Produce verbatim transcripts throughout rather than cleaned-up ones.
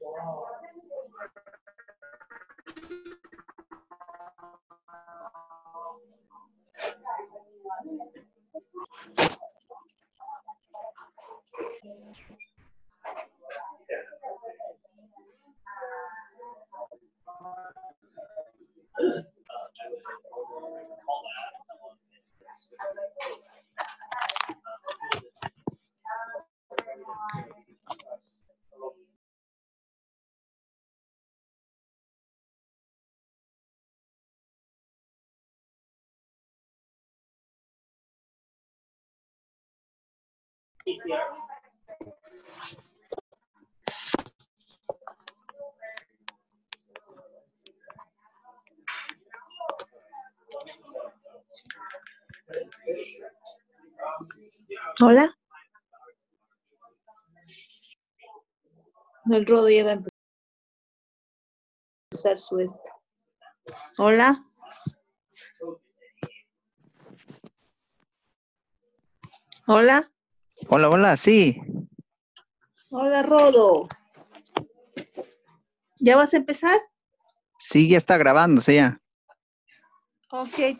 Hola. El Rodo ya va a empezar su esto. Hola. Hola. Hola, hola, sí. Hola, Rodo. ¿Ya vas a empezar? Sí, ya está grabándose ya. Ok.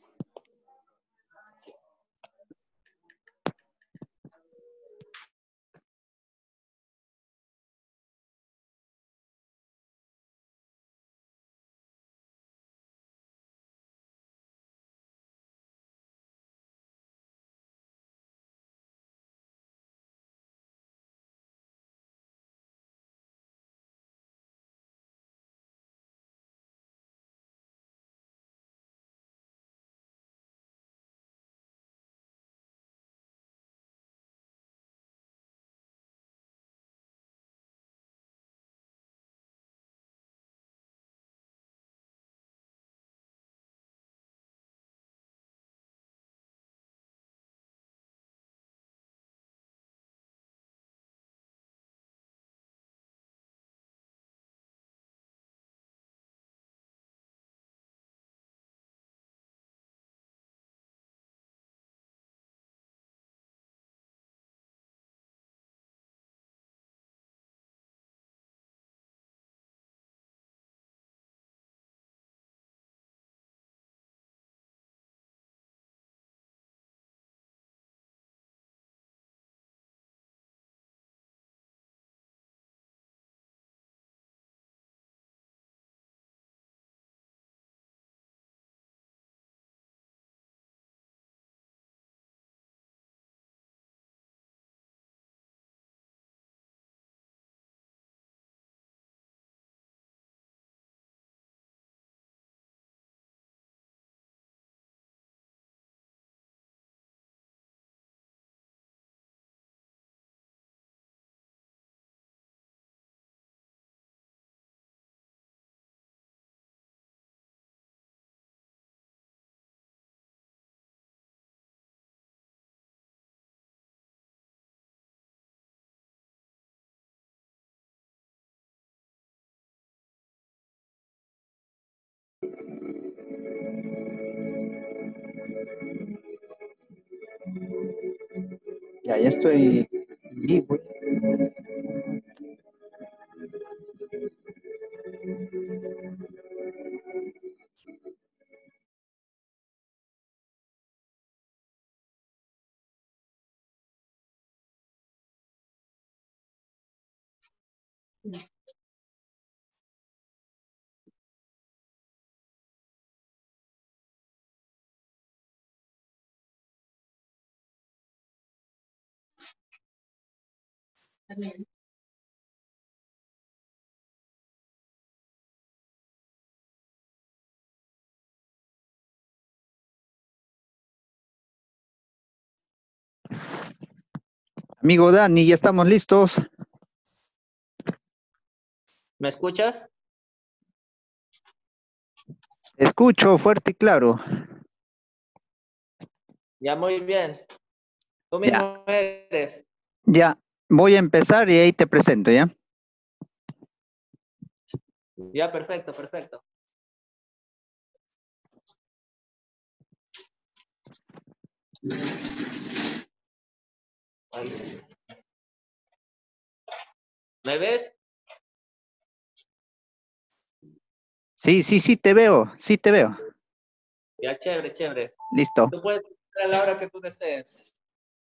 Ya, ya estoy vivo. Amigo Dani, ya estamos listos. ¿Me escuchas? Escucho fuerte y claro. Ya, muy bien. Tú Ya, mismo eres. ya. Voy a empezar y ahí te presento, ¿ya? Ya, perfecto, perfecto. ¿Me ves? Sí, sí, sí te veo, sí te veo. Ya, chévere, chévere. Listo. Tú puedes entrar a la hora que tú desees.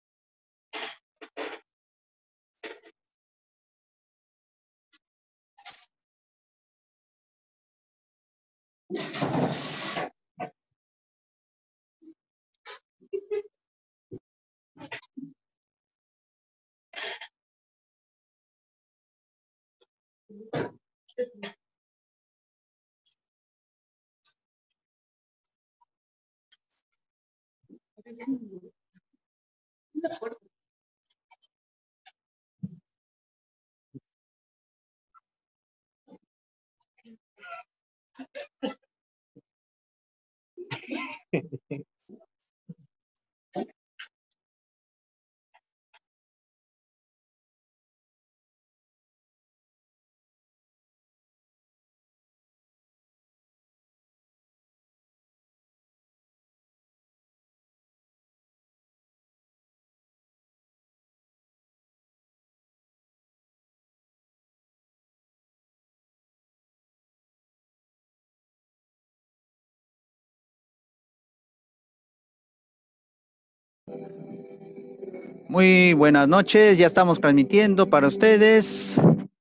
Muy buenas noches, ya estamos transmitiendo para ustedes.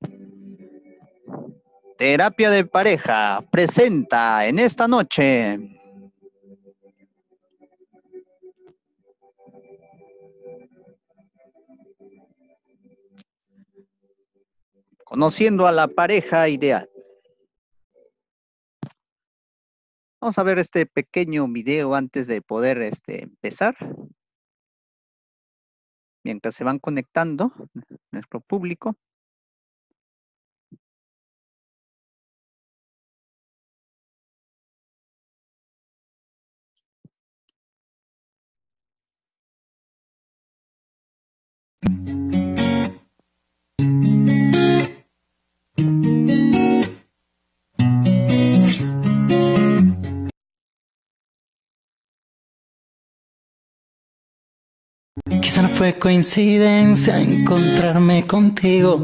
Terapia de pareja presenta en esta noche. Conociendo a la pareja ideal. Vamos a ver este pequeño video antes de poder este, empezar. Mientras se van conectando nuestro público. Quizá no fue coincidencia encontrarme contigo.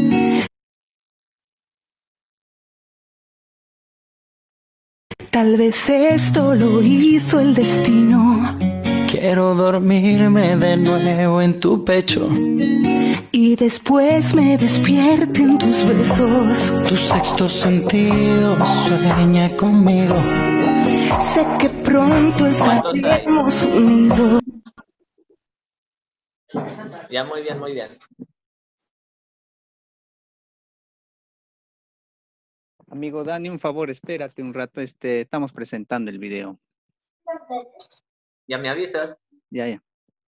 Tal vez esto lo hizo el destino. Quiero dormirme de nuevo en tu pecho y después me despierte en tus besos. Tu sexto sentido sueña conmigo. Sé que pronto estaremos unidos. Ya, muy bien, muy bien. Amigo Dani, un favor, espérate un rato, este, estamos presentando el video. Ya me avisas. Ya, ya.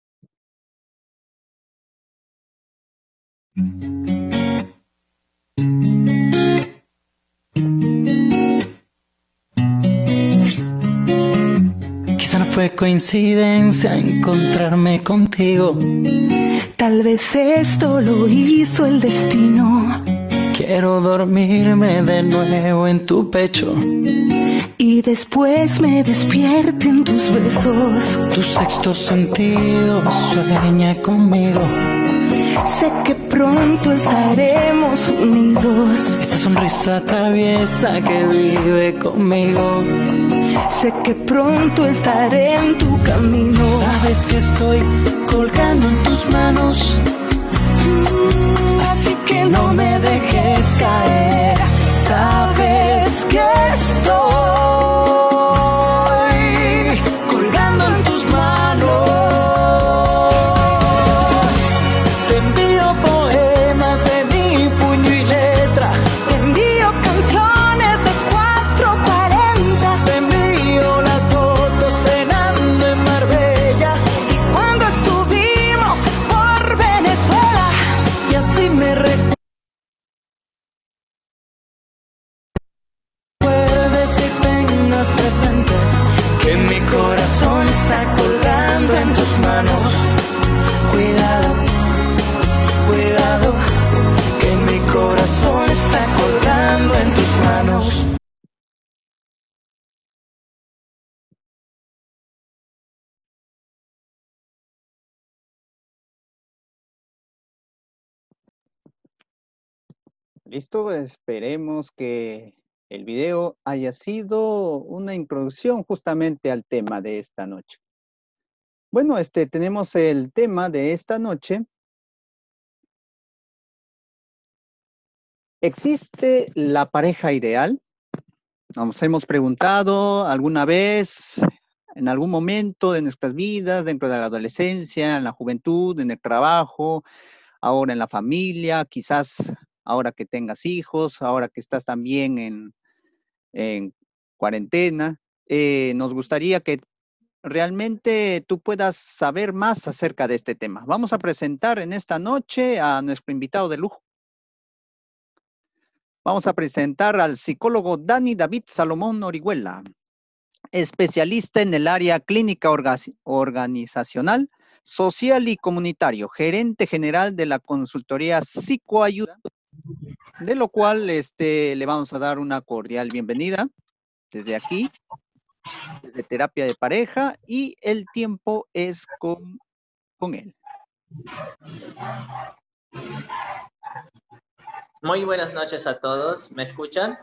Quizá no fue coincidencia encontrarme contigo. Tal vez esto lo hizo el destino. Quiero dormirme de nuevo en tu pecho y después me despierte en tus besos. Tu sexto sentido sueña conmigo. Sé que pronto estaremos unidos. Esa sonrisa traviesa que vive conmigo. Sé que pronto estaré en tu camino. Sabes que estoy colgando en tus manos, así que no me dejes caer. Sabes que estoy colgando en tus manos. Te envío poemas de mi puño y letra. Te envío canciones de cuatro cuarenta. Te envío las fotos cenando en Marbella y cuando estuvimos por Venezuela. Y así me recuerdo. Recuerdes y tengas presente que mi corazón está colgando en tus manos. Cuidado, cuidado, que mi corazón está colgando en tus manos. Listo, esperemos que el video haya sido una introducción justamente al tema de esta noche. Bueno, este, tenemos el tema de esta noche. ¿Existe la pareja ideal? Nos hemos preguntado alguna vez, en algún momento de nuestras vidas, dentro de la adolescencia, en la juventud, en el trabajo, ahora en la familia, quizás ahora que tengas hijos, ahora que estás también en, en cuarentena. Eh, nos gustaría que realmente tú puedas saber más acerca de este tema. Vamos a presentar en esta noche a nuestro invitado de lujo. Vamos a presentar al psicólogo Dani David Salomón Orihuela, especialista en el área clínica orga- organizacional, social y comunitario, gerente general de la consultoría Psicoayuda, de lo cual este, le vamos a dar una cordial bienvenida desde aquí, desde terapia de pareja, y el tiempo es con, con él. Muy buenas noches a todos. ¿Me escuchan?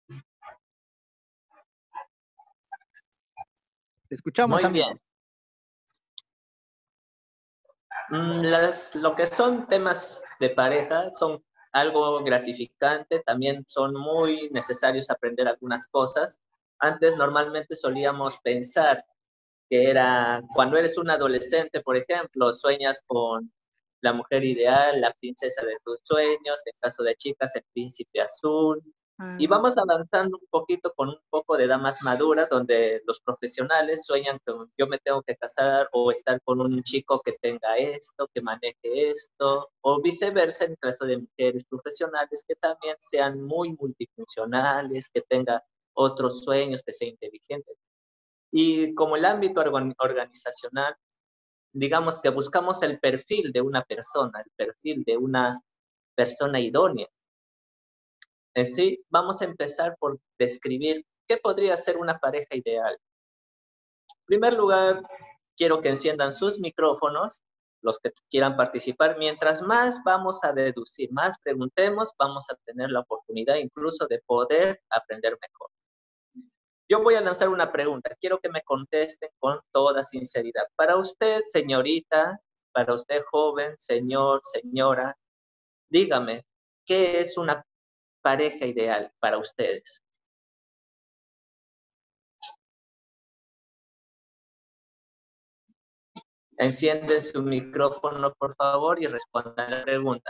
Te escuchamos, Muy amigo. bien. Mm, Las, lo que son temas de pareja son algo gratificante, también son muy necesarios aprender algunas cosas. Antes normalmente solíamos pensar que era cuando eres un adolescente, por ejemplo, sueñas con la mujer ideal, la princesa de tus sueños, en caso de chicas, el príncipe azul. Y vamos avanzando un poquito con un poco de edad más madura, donde los profesionales sueñan con yo me tengo que casar o estar con un chico que tenga esto, que maneje esto, o viceversa en caso de mujeres profesionales que también sean muy multifuncionales, que tengan otros sueños, que sean inteligentes. Y como el ámbito organ- organizacional, digamos que buscamos el perfil de una persona, el perfil de una persona idónea. En sí, vamos a empezar por describir qué podría ser una pareja ideal. En primer lugar, quiero que enciendan sus micrófonos, los que quieran participar. Mientras más vamos a deducir, más preguntemos, vamos a tener la oportunidad incluso de poder aprender mejor. Yo voy a lanzar una pregunta. Quiero que me contesten con toda sinceridad. Para usted, señorita, para usted, joven, señor, señora, dígame, ¿qué es una pareja ideal para ustedes? Encienden su micrófono, por favor, y respondan la pregunta.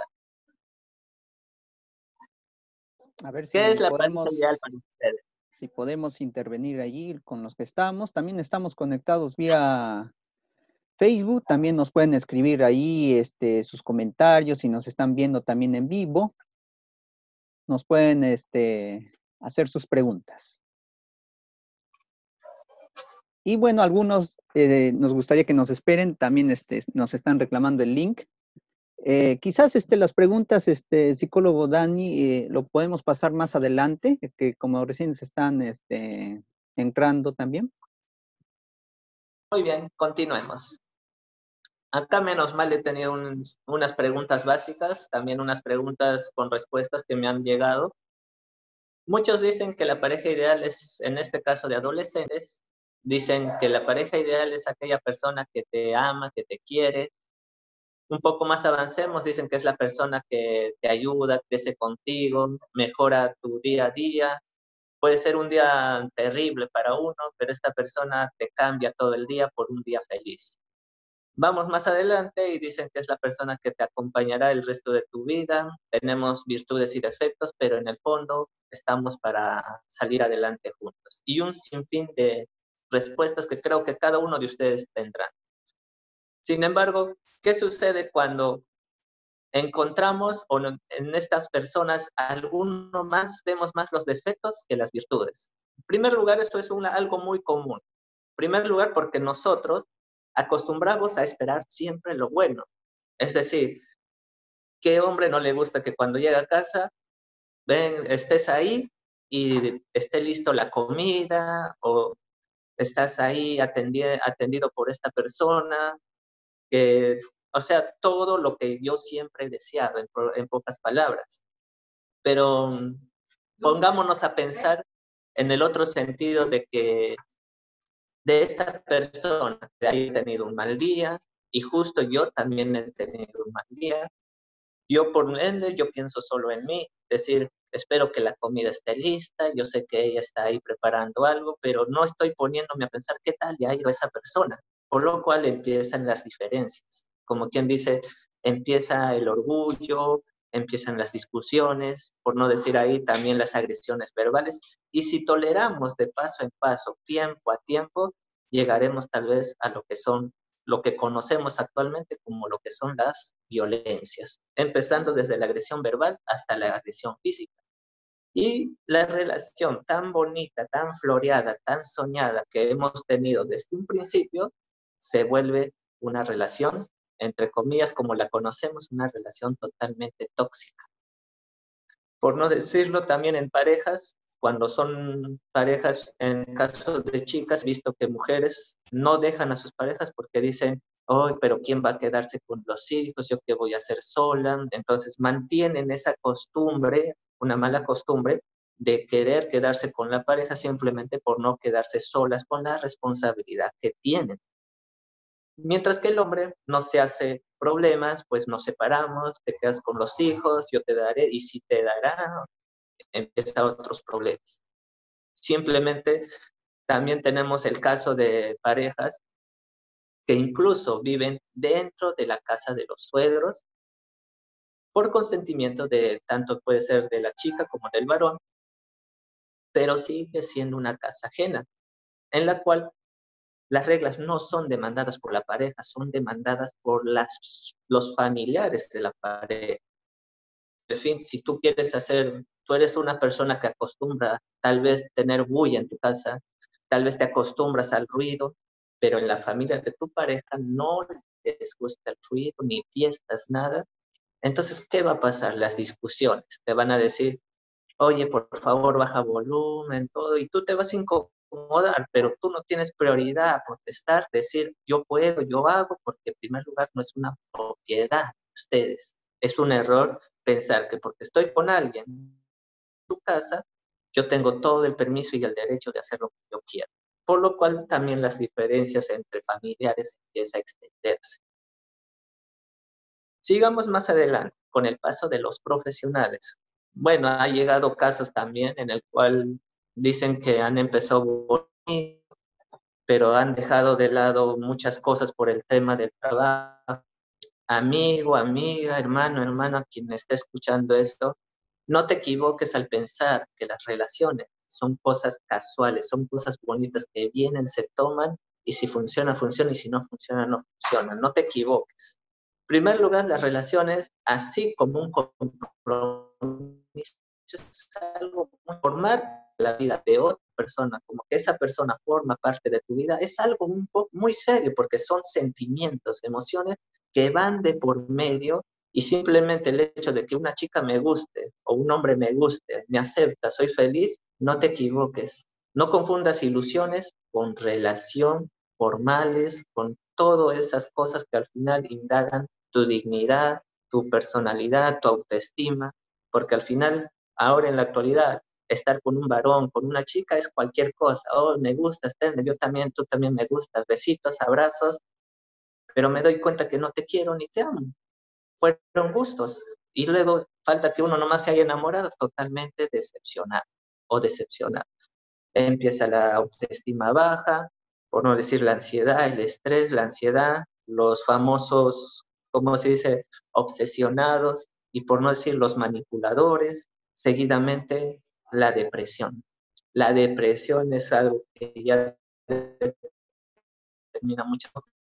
A ver si ¿Qué es la podemos, pareja ideal para ustedes? si podemos intervenir allí con los que estamos. También estamos conectados vía Facebook, también nos pueden escribir ahí este, sus comentarios si nos están viendo también en vivo. Nos pueden este, hacer sus preguntas. Y bueno, algunos eh, nos gustaría que nos esperen, también este, nos están reclamando el link. Eh, quizás este, las preguntas, este, psicólogo Dani, eh, lo podemos pasar más adelante, que como recién se están este, entrando también. Muy bien, continuemos. Acá menos mal he tenido un, unas preguntas básicas, también unas preguntas con respuestas que me han llegado. Muchos dicen que la pareja ideal es, en este caso de adolescentes, dicen que la pareja ideal es aquella persona que te ama, que te quiere. Un poco más avancemos, dicen que es la persona que te ayuda, crece contigo, mejora tu día a día. Puede ser un día terrible para uno, pero esta persona te cambia todo el día por un día feliz. Vamos más adelante y dicen que es la persona que te acompañará el resto de tu vida. Tenemos virtudes y defectos, pero en el fondo estamos para salir adelante juntos. Y un sinfín de respuestas que creo que cada uno de ustedes tendrá. Sin embargo, ¿qué sucede cuando encontramos o no, en estas personas alguno más, vemos más los defectos que las virtudes? En primer lugar, esto es una, algo muy común. En primer lugar, porque nosotros acostumbramos a esperar siempre lo bueno. Es decir, ¿qué hombre no le gusta que cuando llega a casa, ven, estés ahí y esté listo la comida o estás ahí atendi- atendido por esta persona? Que, o sea, todo lo que yo siempre he deseado, en, en pocas palabras. Pero pongámonos a pensar en el otro sentido de que de esta persona que haya tenido un mal día, y justo yo también he tenido un mal día. Yo por ende, yo pienso solo en mí, decir, espero que la comida esté lista, yo sé que ella está ahí preparando algo, pero no estoy poniéndome a pensar qué tal ya ha ido esa persona, por lo cual empiezan las diferencias. Como quien dice, empieza el orgullo, empiezan las discusiones, por no decir ahí también las agresiones verbales, y si toleramos de paso en paso, tiempo a tiempo, llegaremos tal vez a lo que son lo que conocemos actualmente como lo que son las violencias, empezando desde la agresión verbal hasta la agresión física. Y la relación tan bonita, tan floreada, tan soñada que hemos tenido desde un principio, se vuelve una relación, entre comillas, como la conocemos, una relación totalmente tóxica. Por no decirlo, también en parejas, cuando son parejas, en caso de chicas, visto que mujeres no dejan a sus parejas porque dicen, oh, pero ¿quién va a quedarse con los hijos? ¿Yo qué voy a hacer sola? Entonces mantienen esa costumbre, una mala costumbre, de querer quedarse con la pareja simplemente por no quedarse solas con la responsabilidad que tienen. Mientras que el hombre no se hace problemas, pues nos separamos, te quedas con los hijos, yo te daré, y si te dará, empieza otros problemas. Simplemente también tenemos el caso de parejas que incluso viven dentro de la casa de los suegros por consentimiento de tanto puede ser de la chica como del varón, pero sigue siendo una casa ajena, en la cual las reglas no son demandadas por la pareja, son demandadas por las, los familiares de la pareja. En fin, si tú quieres hacer, tú eres una persona que acostumbra tal vez tener bulla en tu casa, tal vez te acostumbras al ruido, pero en la familia de tu pareja no les gusta el ruido, ni fiestas, nada. Entonces, ¿qué va a pasar? Las discusiones. Te van a decir, oye, por favor, baja volumen, todo, y tú te vas a incomodar, pero tú no tienes prioridad a protestar, decir, yo puedo, yo hago, porque en primer lugar no es una propiedad de ustedes. Es un error pensar que porque estoy con alguien en tu casa, yo tengo todo el permiso y el derecho de hacer lo que yo quiero. Por lo cual también las diferencias entre familiares empiezan a extenderse. Sigamos más adelante con el paso de los profesionales. Bueno, ha llegado casos también en el cual dicen que han empezado bonito, pero han dejado de lado muchas cosas por el tema del trabajo. Amigo, amiga, hermano, hermana, quien esté escuchando esto, no te equivoques al pensar que las relaciones son cosas casuales, son cosas bonitas que vienen, se toman, y si funciona, funciona, y si no funciona, no funciona. No te equivoques. En primer lugar, las relaciones, así como un compromiso, es algo muy formar la vida de otra persona, como que esa persona forma parte de tu vida, es algo un poco muy serio, porque son sentimientos, emociones que van de por medio, y simplemente el hecho de que una chica me guste o un hombre me guste, me acepta, soy feliz, no te equivoques. No confundas ilusiones con relación formales, con todas esas cosas que al final indagan tu dignidad, tu personalidad, tu autoestima, porque al final, ahora en la actualidad, estar con un varón, con una chica es cualquier cosa. Oh, me gustas, yo también, tú también me gustas, besitos, abrazos, pero me doy cuenta que no te quiero ni te amo. Fueron gustos. Y luego falta que uno nomás se haya enamorado, totalmente decepcionado o decepcionado. Empieza la autoestima baja, por no decir la ansiedad, el estrés, la ansiedad, los famosos, ¿cómo se dice?, obsesionados, y por no decir los manipuladores, seguidamente la depresión. La depresión es algo que ya termina mucho,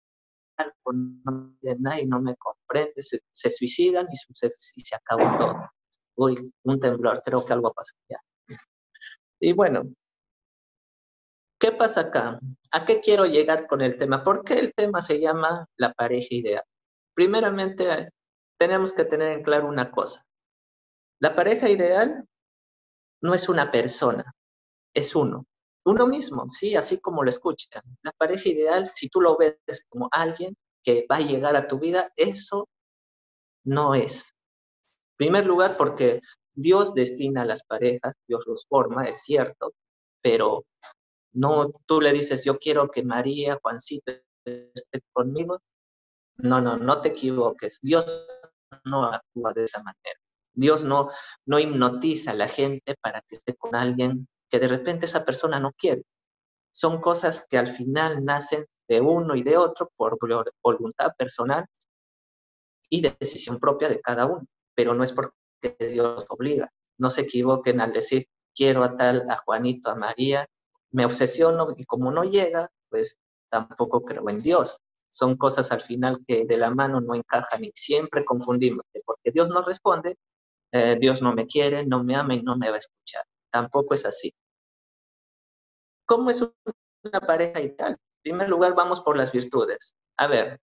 no nadie no me comprende, se, se suicidan y, sucede, y se acabó todo. Uy, un temblor, creo que algo pasó ya. Y bueno, ¿qué pasa acá? ¿A qué quiero llegar con el tema? ¿Por qué el tema se llama la pareja ideal? Primeramente, tenemos que tener en claro una cosa. La pareja ideal no es una persona, es uno. Uno mismo, sí, así como lo escuchan. La pareja ideal, si tú lo ves como alguien que va a llegar a tu vida, eso no es. En primer lugar, porque Dios destina a las parejas, Dios los forma, es cierto, pero no, tú le dices, yo quiero que María, Juancito esté conmigo. No, no, no te equivoques. Dios no actúa de esa manera. Dios no, no hipnotiza a la gente para que esté con alguien que de repente esa persona no quiere. Son cosas que al final nacen de uno y de otro por voluntad personal y de decisión propia de cada uno, pero no es porque Dios obliga. No se equivoquen al decir, quiero a tal, a Juanito, a María, me obsesiono y como no llega, pues tampoco creo en Dios. Son cosas al final que de la mano no encajan y siempre confundimos, porque Dios no responde, eh, Dios no me quiere, no me ama y no me va a escuchar. Tampoco es así. ¿Cómo es una pareja ideal? En primer lugar, vamos por las virtudes. A ver,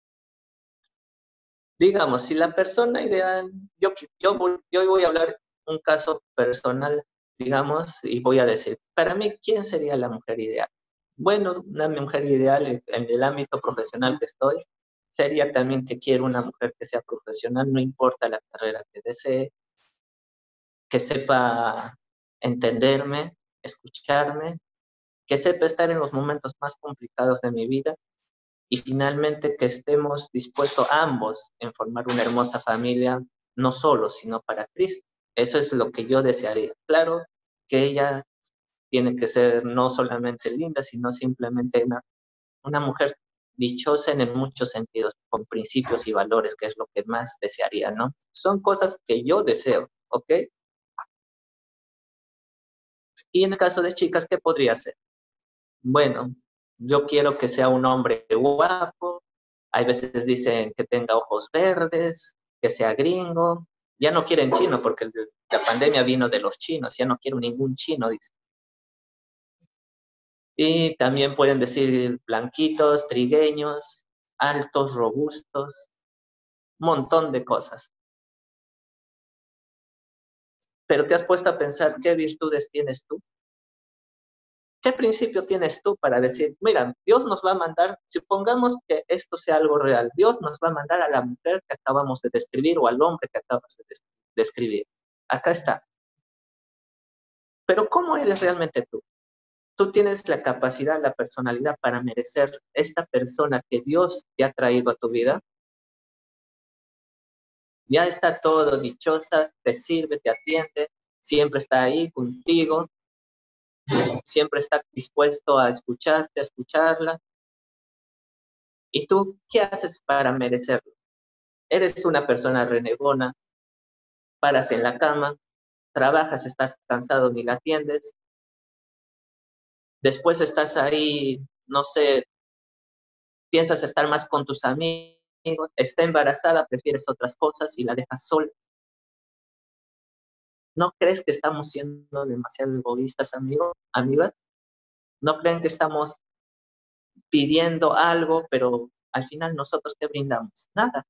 digamos, si la persona ideal, yo, yo, yo voy a hablar un caso personal, digamos, y voy a decir, para mí, ¿quién sería la mujer ideal? Bueno, una mujer ideal en, en el ámbito profesional que estoy, sería también que quiero una mujer que sea profesional, no importa la carrera que desee, que sepa entenderme, escucharme, que sepa estar en los momentos más complicados de mi vida y finalmente que estemos dispuestos ambos en formar una hermosa familia, no solo, sino para Cristo. Eso es lo que yo desearía. Claro que ella tiene que ser no solamente linda, sino simplemente una, una mujer dichosa en muchos sentidos, con principios y valores, que es lo que más desearía, ¿no? Son cosas que yo deseo, ¿ok? Y en el caso de chicas, ¿qué podría ser? Bueno, yo quiero que sea un hombre guapo, hay veces dicen que tenga ojos verdes, que sea gringo, ya no quieren chino porque la pandemia vino de los chinos, ya no quiero ningún chino, dice. Y también pueden decir blanquitos, trigueños, altos, robustos, un montón de cosas. Pero ¿te has puesto a pensar qué virtudes tienes tú? ¿Qué principio tienes tú para decir, mira, Dios nos va a mandar, supongamos que esto sea algo real, Dios nos va a mandar a la mujer que acabamos de describir o al hombre que acabas de describir? Acá está. Pero ¿cómo eres realmente tú? ¿Tú tienes la capacidad, la personalidad para merecer esta persona que Dios te ha traído a tu vida? Ya está todo dichosa, te sirve, te atiende, siempre está ahí contigo, siempre está dispuesto a escucharte, a escucharla. ¿Y tú qué haces para merecerlo? Eres una persona renegona, paras en la cama, trabajas, estás cansado, ni la atiendes. Después estás ahí, no sé, piensas estar más con tus amigos, está embarazada, prefieres otras cosas y la dejas sola. ¿No crees que estamos siendo demasiado egoístas, amigos, amigas? ¿No creen que estamos pidiendo algo, pero al final nosotros qué brindamos? Nada.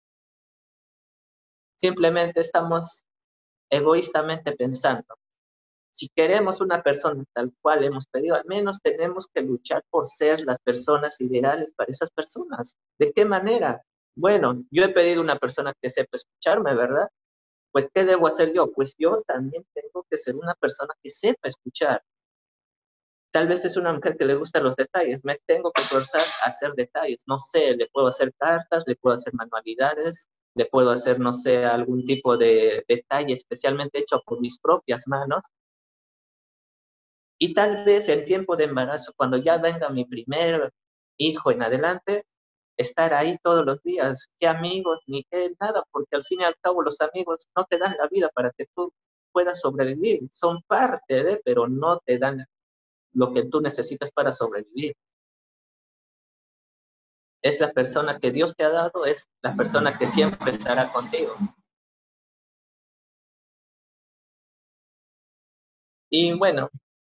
Simplemente estamos egoístamente pensando. Si queremos una persona tal cual hemos pedido, al menos tenemos que luchar por ser las personas ideales para esas personas. ¿De qué manera? Bueno, yo he pedido una persona que sepa escucharme, ¿verdad? Pues, ¿qué debo hacer yo? Pues yo también tengo que ser una persona que sepa escuchar. Tal vez es una mujer que le gustan los detalles, me tengo que forzar a hacer detalles. No sé, le puedo hacer cartas, le puedo hacer manualidades, le puedo hacer, no sé, algún tipo de detalle especialmente hecho por mis propias manos. Y tal vez en tiempo de embarazo, cuando ya venga mi primer hijo en adelante, estar ahí todos los días, qué amigos, ni qué nada, porque al fin y al cabo los amigos no te dan la vida para que tú puedas sobrevivir. Son parte de, pero no te dan lo que tú necesitas para sobrevivir. Es la persona que Dios te ha dado, es la persona que siempre estará contigo. Y bueno,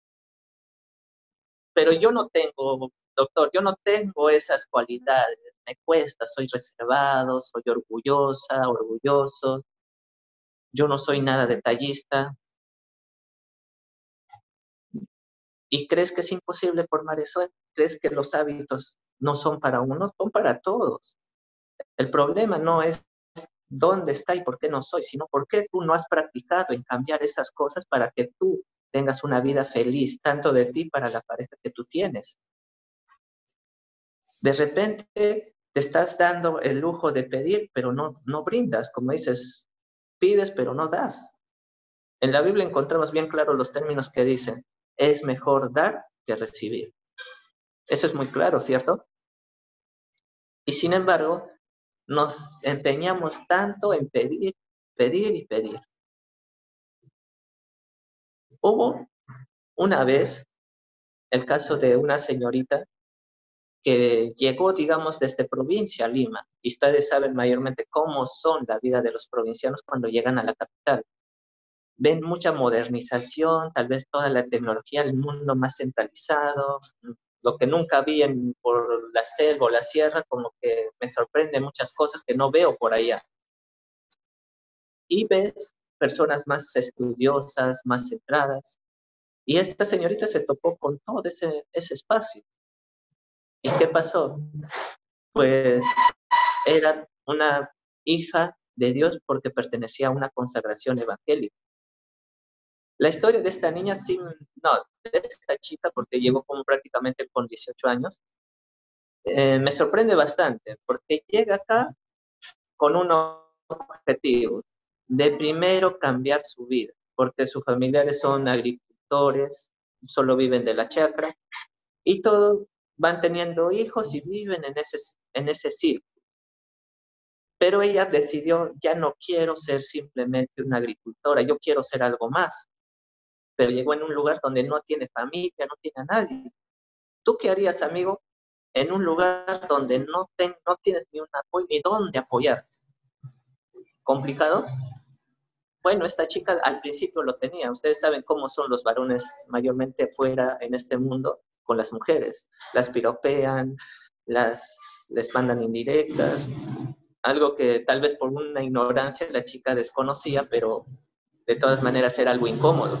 pero yo no tengo, doctor, yo no tengo esas cualidades, me cuesta, soy reservado, soy orgullosa, orgulloso, yo no soy nada detallista. ¿Y crees que es imposible formar eso? ¿Crees que los hábitos no son para uno? Son para todos. El problema no es dónde está y por qué no soy, sino por qué tú no has practicado en cambiar esas cosas para que tú tengas una vida feliz, tanto de ti para la pareja que tú tienes. De repente te estás dando el lujo de pedir, pero no, no brindas, como dices, pides pero no das. En la Biblia encontramos bien claro los términos que dicen, es mejor dar que recibir. Eso es muy claro, ¿cierto? Y sin embargo, nos empeñamos tanto en pedir, pedir y pedir. Hubo una vez el caso de una señorita que llegó, digamos, desde provincia a Lima. Y ustedes saben mayormente cómo son la vida de los provincianos cuando llegan a la capital. Ven mucha modernización, tal vez toda la tecnología, el mundo más centralizado, lo que nunca vi en, por la selva o la sierra, como que me sorprende muchas cosas que no veo por allá. Y ves personas más estudiosas, más centradas. Y esta señorita se topó con todo ese, ese espacio. ¿Y qué pasó? Pues era una hija de Dios porque pertenecía a una consagración evangélica. La historia de esta niña, sí, no, de esta chica, porque llegó como prácticamente con dieciocho años, eh, me sorprende bastante, porque llega acá con un objetivo de primero cambiar su vida, porque sus familiares son agricultores, solo viven de la chacra, y todos van teniendo hijos y viven en ese, en ese círculo. Pero ella decidió, ya no quiero ser simplemente una agricultora, yo quiero ser algo más. Pero llegó en un lugar donde no tiene familia, no tiene a nadie. ¿Tú qué harías, amigo, en un lugar donde no, ten, no tienes ni un apoyo, ni dónde apoyar? ¿Complicado? Bueno, esta chica al principio lo tenía. Ustedes saben cómo son los varones mayormente fuera en este mundo con las mujeres. Las piropean, las, les mandan indirectas, algo que tal vez por una ignorancia la chica desconocía, pero de todas maneras era algo incómodo.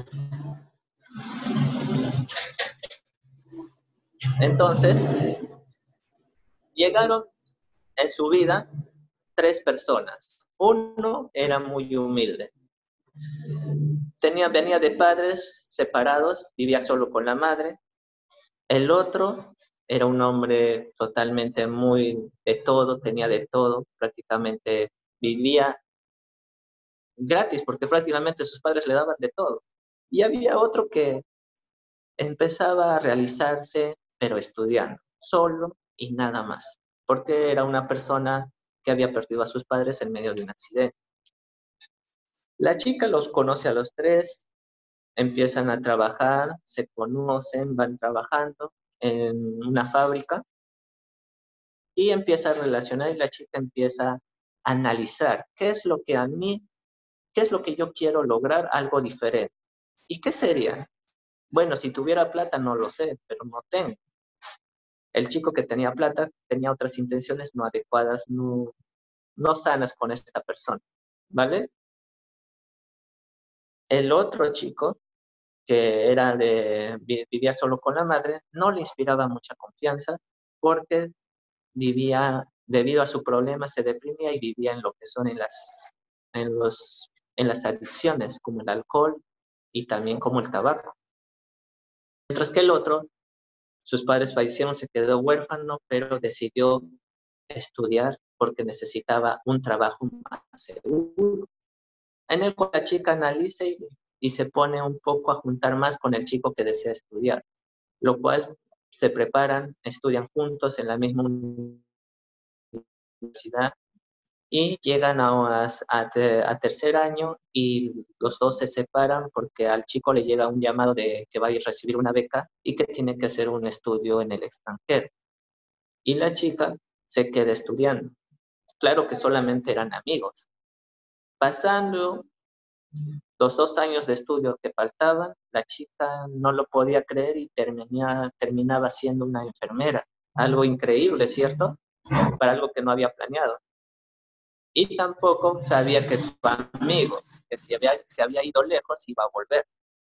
Entonces, llegaron en su vida tres personas. Uno era muy humilde. Tenía, venía de padres separados, vivía solo con la madre. El otro era un hombre totalmente muy de todo, tenía de todo, prácticamente vivía gratis, porque prácticamente sus padres le daban de todo. Y había otro que empezaba a realizarse, pero estudiando, solo y nada más, porque era una persona que había perdido a sus padres en medio de un accidente. La chica los conoce a los tres, empiezan a trabajar, se conocen, van trabajando en una fábrica y empieza a relacionar y la chica empieza a analizar qué es lo que a mí, qué es lo que yo quiero lograr, algo diferente. ¿Y qué sería? Bueno, si tuviera plata no lo sé, pero no tengo. El chico que tenía plata tenía otras intenciones no adecuadas, no, no sanas con esta persona, ¿vale? El otro chico, que era de, vivía solo con la madre, no le inspiraba mucha confianza porque vivía, debido a su problema, se deprimía y vivía en lo que son en las, en los, en las adicciones, como el alcohol y también como el tabaco. Mientras que el otro, sus padres fallecieron, se quedó huérfano, pero decidió estudiar porque necesitaba un trabajo más seguro. En el cual la chica analiza y, y se pone un poco a juntar más con el chico que desea estudiar, lo cual se preparan, estudian juntos en la misma universidad y llegan a, a, a tercer año y los dos se separan porque al chico le llega un llamado de que va a recibir una beca y que tiene que hacer un estudio en el extranjero. Y la chica se queda estudiando. Claro que solamente eran amigos. Pasando los dos años de estudio que faltaban, la chica no lo podía creer y terminaba, terminaba siendo una enfermera. Algo increíble, ¿cierto? Para algo que no había planeado. Y tampoco sabía que su amigo, que si había, se había ido lejos, iba a volver.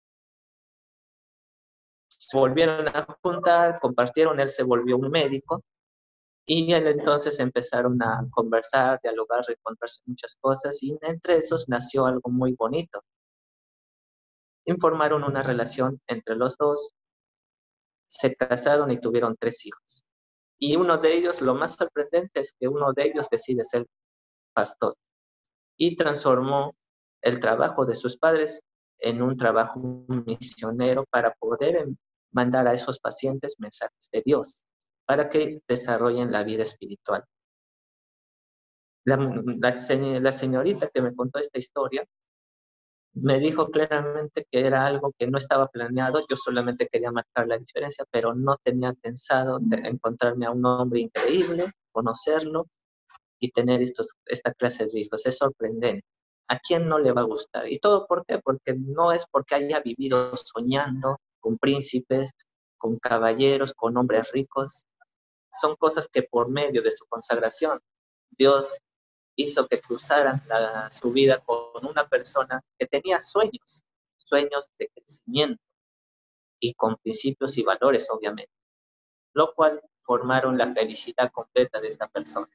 Se volvieron a juntar, compartieron, él se volvió un médico, y él entonces empezaron a conversar, dialogar, reencontrarse muchas cosas, y entre esos nació algo muy bonito. informaron una relación entre los dos, se casaron y tuvieron tres hijos. Y uno de ellos, lo más sorprendente es que uno de ellos decide ser pastor y transformó el trabajo de sus padres en un trabajo misionero para poder mandar a esos pacientes mensajes de Dios, para que desarrollen la vida espiritual. La, la, la señorita que me contó esta historia me dijo claramente que era algo que no estaba planeado, yo solamente quería marcar la diferencia, pero no tenía pensado encontrarme a un hombre increíble, conocerlo y tener estos, esta clase de hijos. Es sorprendente. ¿A quién no le va a gustar? ¿Y todo por qué? Porque no es porque haya vivido soñando con príncipes, con caballeros, con hombres ricos. Son cosas que por medio de su consagración, Dios hizo que cruzaran la, su vida con una persona que tenía sueños, sueños de crecimiento y con principios y valores, obviamente, lo cual formaron la felicidad completa de esta persona.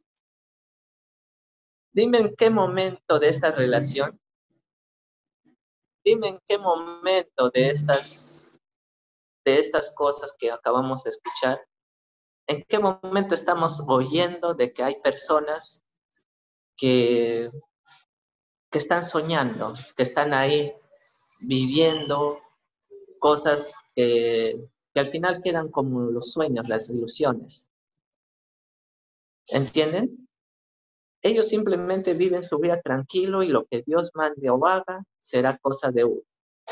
Dime en qué momento de esta relación, dime en qué momento de estas, de estas cosas que acabamos de escuchar, en qué momento estamos oyendo de que hay personas que, que están soñando, que están ahí viviendo cosas que, que al final quedan como los sueños, las ilusiones. ¿Entienden? Ellos simplemente viven su vida tranquilo y lo que Dios mande o haga será cosa de uno.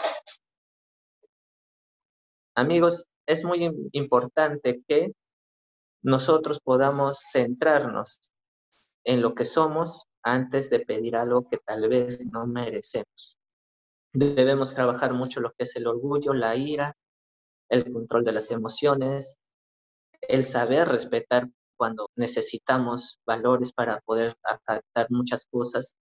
Amigos, es muy importante que nosotros podamos centrarnos en lo que somos antes de pedir algo que tal vez no merecemos. Debemos trabajar mucho lo que es el orgullo, la ira, el control de las emociones, el saber respetar cuando necesitamos valores para poder acatar muchas cosas,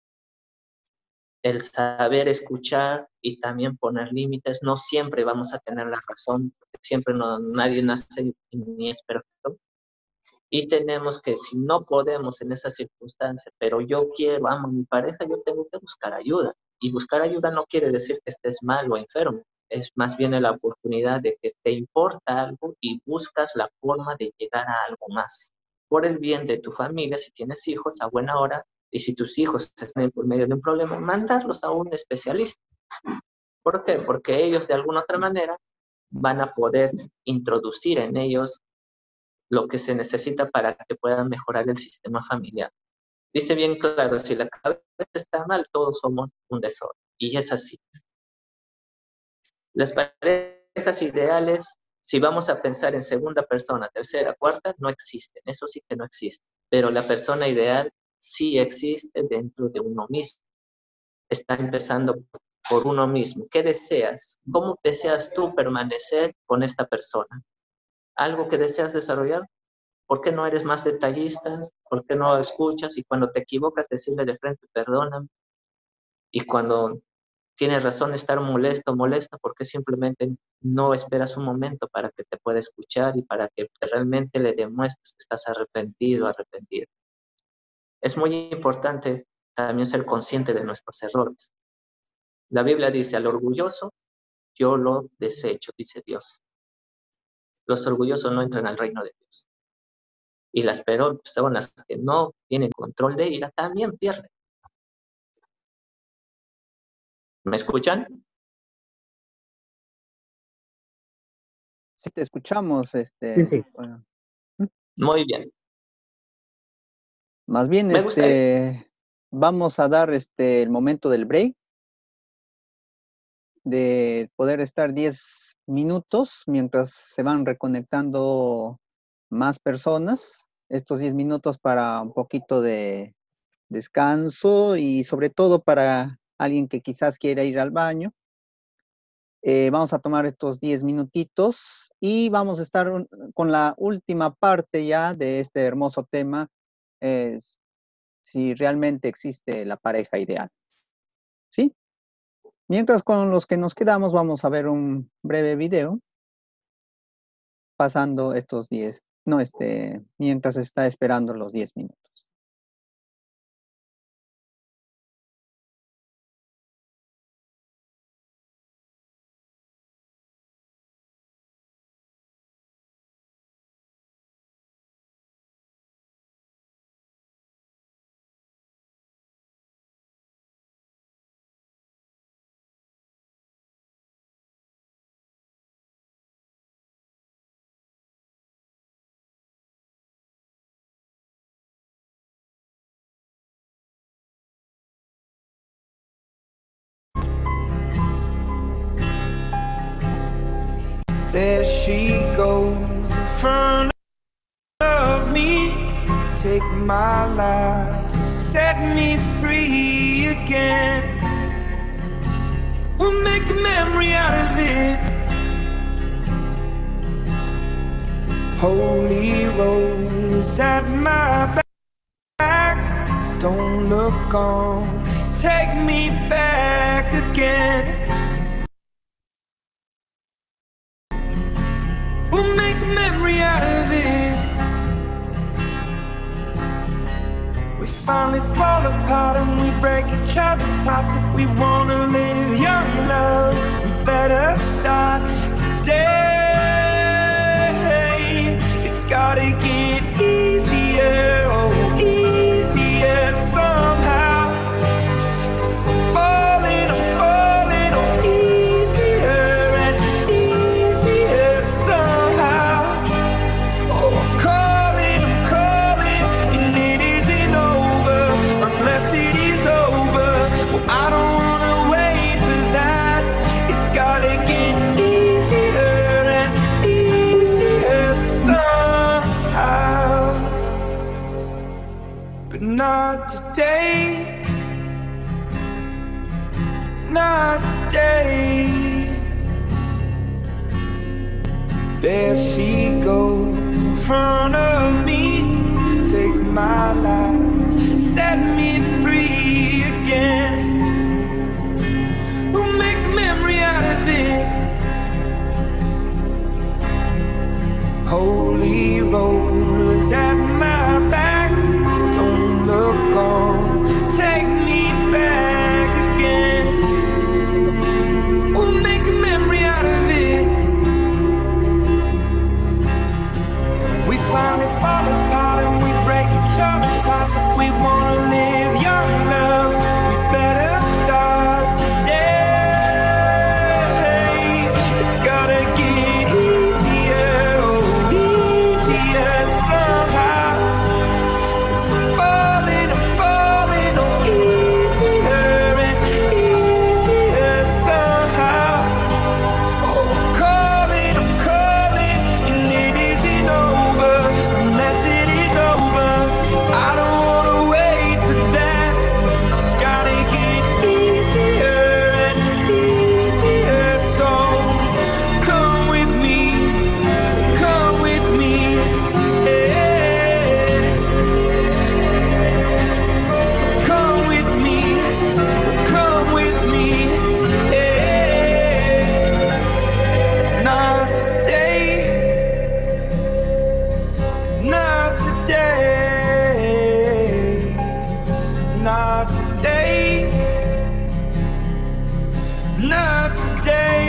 el saber escuchar y también poner límites. No siempre vamos a tener la razón, porque siempre no, nadie nace ni es perfecto. Y tenemos que, si no podemos en esas circunstancias, pero yo quiero, amo a mi pareja, yo tengo que buscar ayuda. Y buscar ayuda no quiere decir que estés mal o enfermo. Es más bien la oportunidad de que te importa algo y buscas la forma de llegar a algo más. Por el bien de tu familia, si tienes hijos, a buena hora, y si tus hijos están por medio de un problema, mandarlos a un especialista. ¿Por qué? Porque ellos de alguna otra manera van a poder introducir en ellos lo que se necesita para que puedan mejorar el sistema familiar. Dice bien claro, si la cabeza está mal, todos somos un desorden. Y es así. Las parejas ideales, si vamos a pensar en segunda persona, tercera, cuarta, no existen. Eso sí que no existe. Pero la persona ideal sí existe dentro de uno mismo. Está empezando por uno mismo. ¿Qué deseas? ¿Cómo deseas tú permanecer con esta persona? ¿Algo que deseas desarrollar? ¿Por qué no eres más detallista? ¿Por qué no escuchas? Y cuando te equivocas, decirle de frente, perdóname. Y cuando tienes razón estar molesto, molesta, porque simplemente no esperas un momento para que te pueda escuchar y para que realmente le demuestres que estás arrepentido, arrepentido. Es muy importante también ser consciente de nuestros errores. La Biblia dice, al orgulloso, yo lo desecho, dice Dios. Los orgullosos no entran al reino de Dios. Y las personas que no tienen control de ira también pierden. ¿Me escuchan? Sí, te escuchamos, este, Sí, sí. bueno. Muy bien. Más bien, Me gustaría, este, vamos a dar este el momento del break, de poder estar diez minutos mientras se van reconectando más personas. Estos diez minutos para un poquito de descanso y sobre todo para alguien que quizás quiera ir al baño. Eh, vamos a tomar estos diez minutitos y vamos a estar un, con la última parte ya de este hermoso tema, es si realmente existe la pareja ideal. ¿Sí? Mientras con los que nos quedamos vamos a ver un breve video pasando estos diez, no, este, mientras está esperando los diez minutos. There she goes in front of me. Take my life, set me free again. We'll make a memory out of it. Holy rose at my back. Don't look on, take me back again. We'll make a memory out of it. We finally fall apart and we break each other's hearts. If we wanna live young love, we better start today. It's gotta get easier, oh easier somehow. 'Cause I'm falling, I'm falling, oh easier and easier somehow. Oh, I'm calling, I'm calling, and it isn't over unless it is over. Well, I don't wanna wait for that. It's gotta get easier and easier somehow. But not today, not today. There she goes in front of me. Take my life, set me free again. We'll make a memory out of it. Holy rose at my back. Don't look on, take me back again. We'll make a memory out of it. We finally fall apart and we break each other's hearts. If we wanna live young love, we better start today. It's gotta get easier, oh easier somehow. 'Cause I'm falling, I'm falling, oh easier and easier somehow. Oh, I'm calling, I'm calling, and it isn't over unless it is over. I don't wanna wait for that. Just gotta get easier and easier. So come with me, come with me, yeah. So come with me, come with me, yeah. Not today, not today, not today, not today.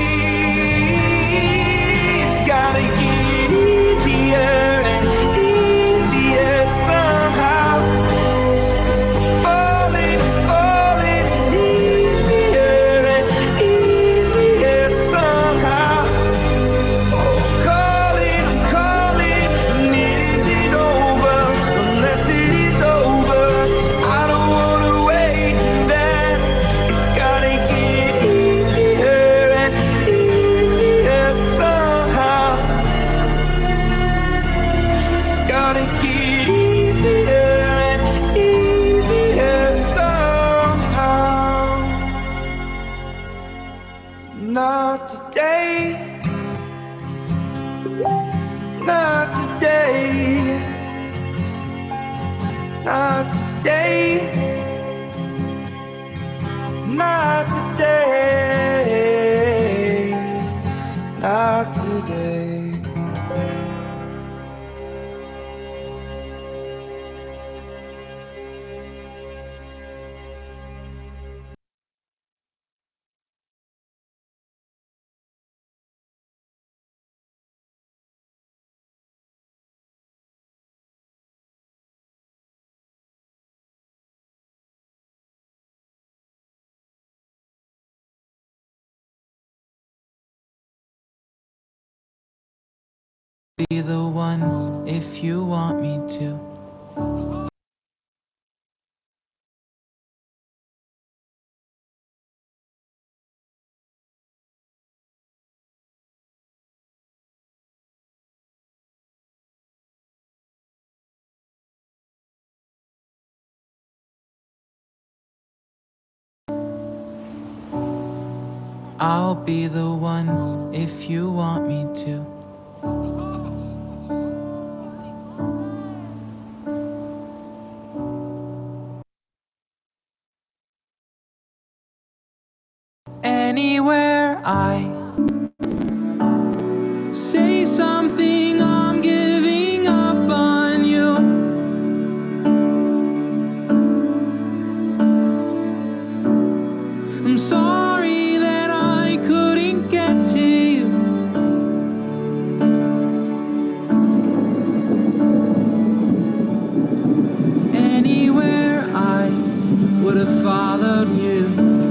It's gotta get easier and easier somehow. 'Cause I'm falling, falling, easier and easier somehow. Oh, I'm calling, I'm calling, and it isn't over unless it is over. I don't wanna wait for that. It's gotta get easier and easier somehow. It's gotta get easier and easier somehow. Not today, not today, not today, not today, not today. Be the one if you want me to. I'll be the one if you want me to. Anywhere I say something, I'm giving up on you. I'm sorry that I couldn't get to you. Anywhere I would have followed you.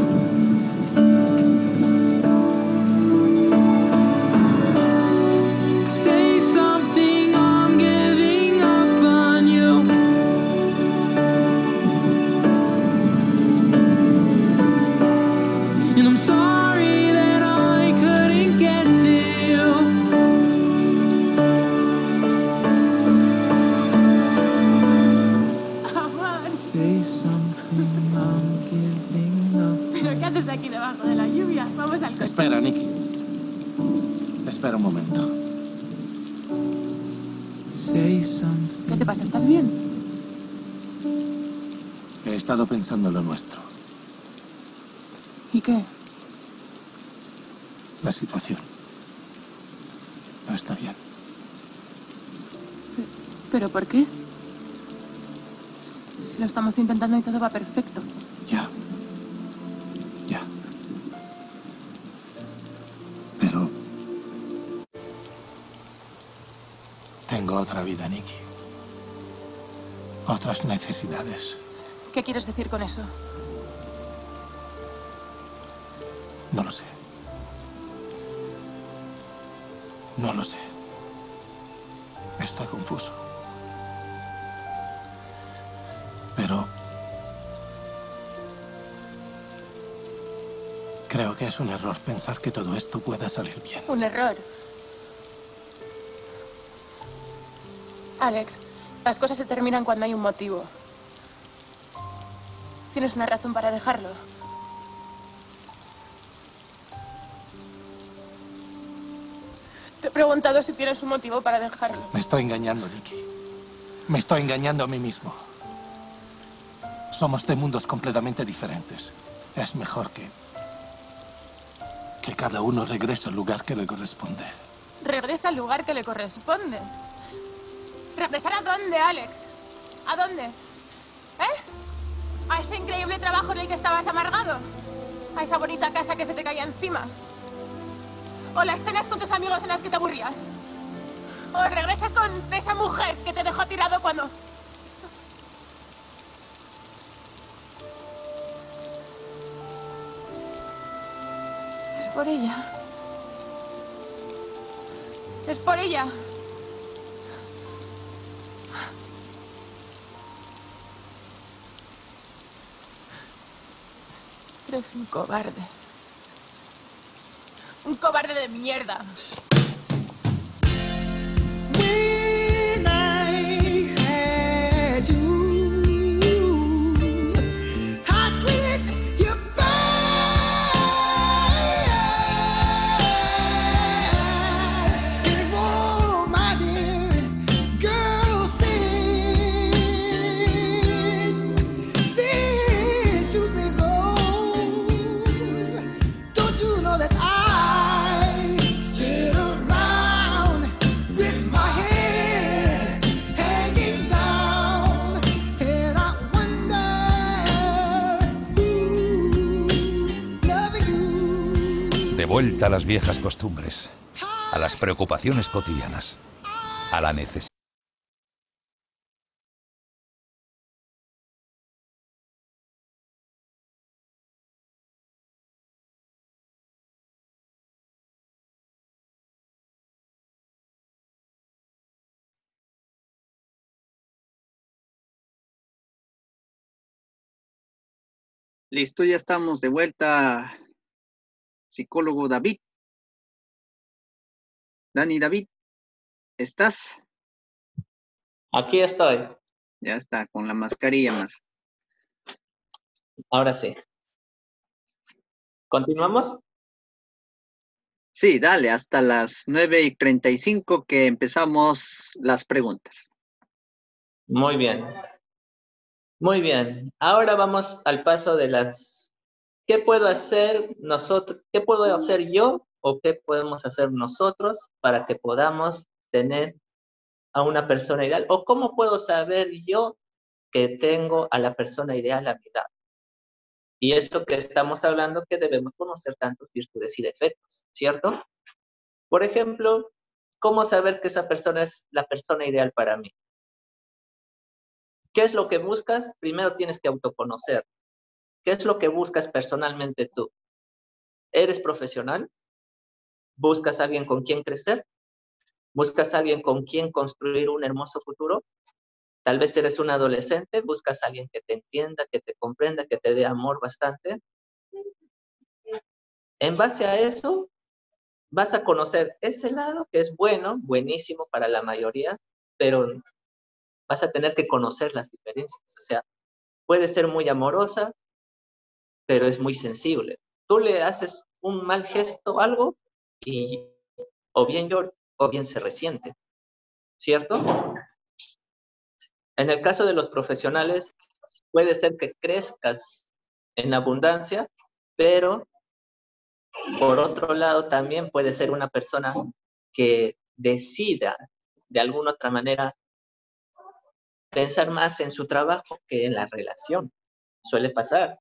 Say something, I'm giving up on you. And I'm sorry that I couldn't get to you. Say something, I'm giving up. ¿Pero qué haces aquí debajo de la lluvia? Vamos al coche. Espera, Nikki. Espera un momento. Say something. ¿Qué te pasa? ¿Estás bien? He estado pensando en lo nuestro. ¿Y qué? La situación. No está bien. ¿Pero por qué? Si lo estamos intentando y todo va perfecto. Ya. Ya. Pero... tengo otra vida, Nikki. Otras necesidades. ¿Qué quieres decir con eso? No lo sé. No lo sé. Estoy confuso. Pero... creo que es un error pensar que todo esto pueda salir bien. Un error. Alex, las cosas se terminan cuando hay un motivo. Tienes una razón para dejarlo. Te he preguntado si tienes un motivo para dejarlo. Me estoy engañando, Nikki. Me estoy engañando a mí mismo. Somos de mundos completamente diferentes. Es mejor que... que cada uno regrese al lugar que le corresponde. Regresa al lugar que le corresponde. ¿Regresar a dónde, Alex? ¿A dónde? ¿Eh? ¿A ese increíble trabajo en el que estabas amargado? ¿A esa bonita casa que se te caía encima? ¿O las cenas con tus amigos en las que te aburrías? ¿O regresas con esa mujer que te dejó tirado cuando... Es por ella. Es por ella. Eres un cobarde. Un cobarde de mierda. When I had you, I treated you bad. And oh, my dear girl, since, since you've been gone, don't you know that I sit around with my head hanging down, and I wonder who loving you. De vuelta a las viejas costumbres, a las preocupaciones cotidianas, a la necesidad. Listo, ya estamos de vuelta. Psicólogo David. Dani, David, ¿estás? Aquí estoy. Ya está, con la mascarilla más. Ahora sí. ¿Continuamos? Sí, dale, hasta las nueve y treinta y cinco que empezamos las preguntas. Muy bien. Muy bien. Ahora vamos al paso de las... ¿Qué puedo hacer nosotros? ¿Qué puedo hacer yo o qué podemos hacer nosotros para que podamos tener a una persona ideal? ¿O cómo puedo saber yo que tengo a la persona ideal a mi lado? Y esto que estamos hablando, que debemos conocer tantos virtudes y defectos, ¿cierto? Por ejemplo, ¿cómo saber que esa persona es la persona ideal para mí? ¿Qué es lo que buscas? Primero tienes que autoconocer. ¿Qué es lo que buscas personalmente tú? ¿Eres profesional? ¿Buscas a alguien con quien crecer? ¿Buscas a alguien con quien construir un hermoso futuro? Tal vez eres un adolescente, buscas a alguien que te entienda, que te comprenda, que te dé amor bastante. En base a eso, vas a conocer ese lado que es bueno, buenísimo para la mayoría, pero vas a tener que conocer las diferencias. O sea, puede ser muy amorosa, pero es muy sensible. Tú le haces un mal gesto, algo, y o bien llora o bien se resiente, ¿cierto? En el caso de los profesionales, puede ser que crezcas en abundancia, pero por otro lado también puede ser una persona que decida de alguna otra manera pensar más en su trabajo que en la relación. Suele pasar.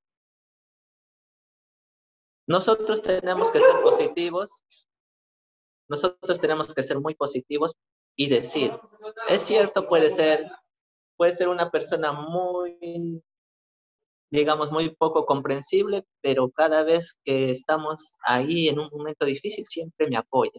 Nosotros tenemos que ser positivos, nosotros tenemos que ser muy positivos y decir, es cierto, puede ser, puede ser una persona muy, digamos, muy poco comprensible, pero cada vez que estamos ahí en un momento difícil, siempre me apoya.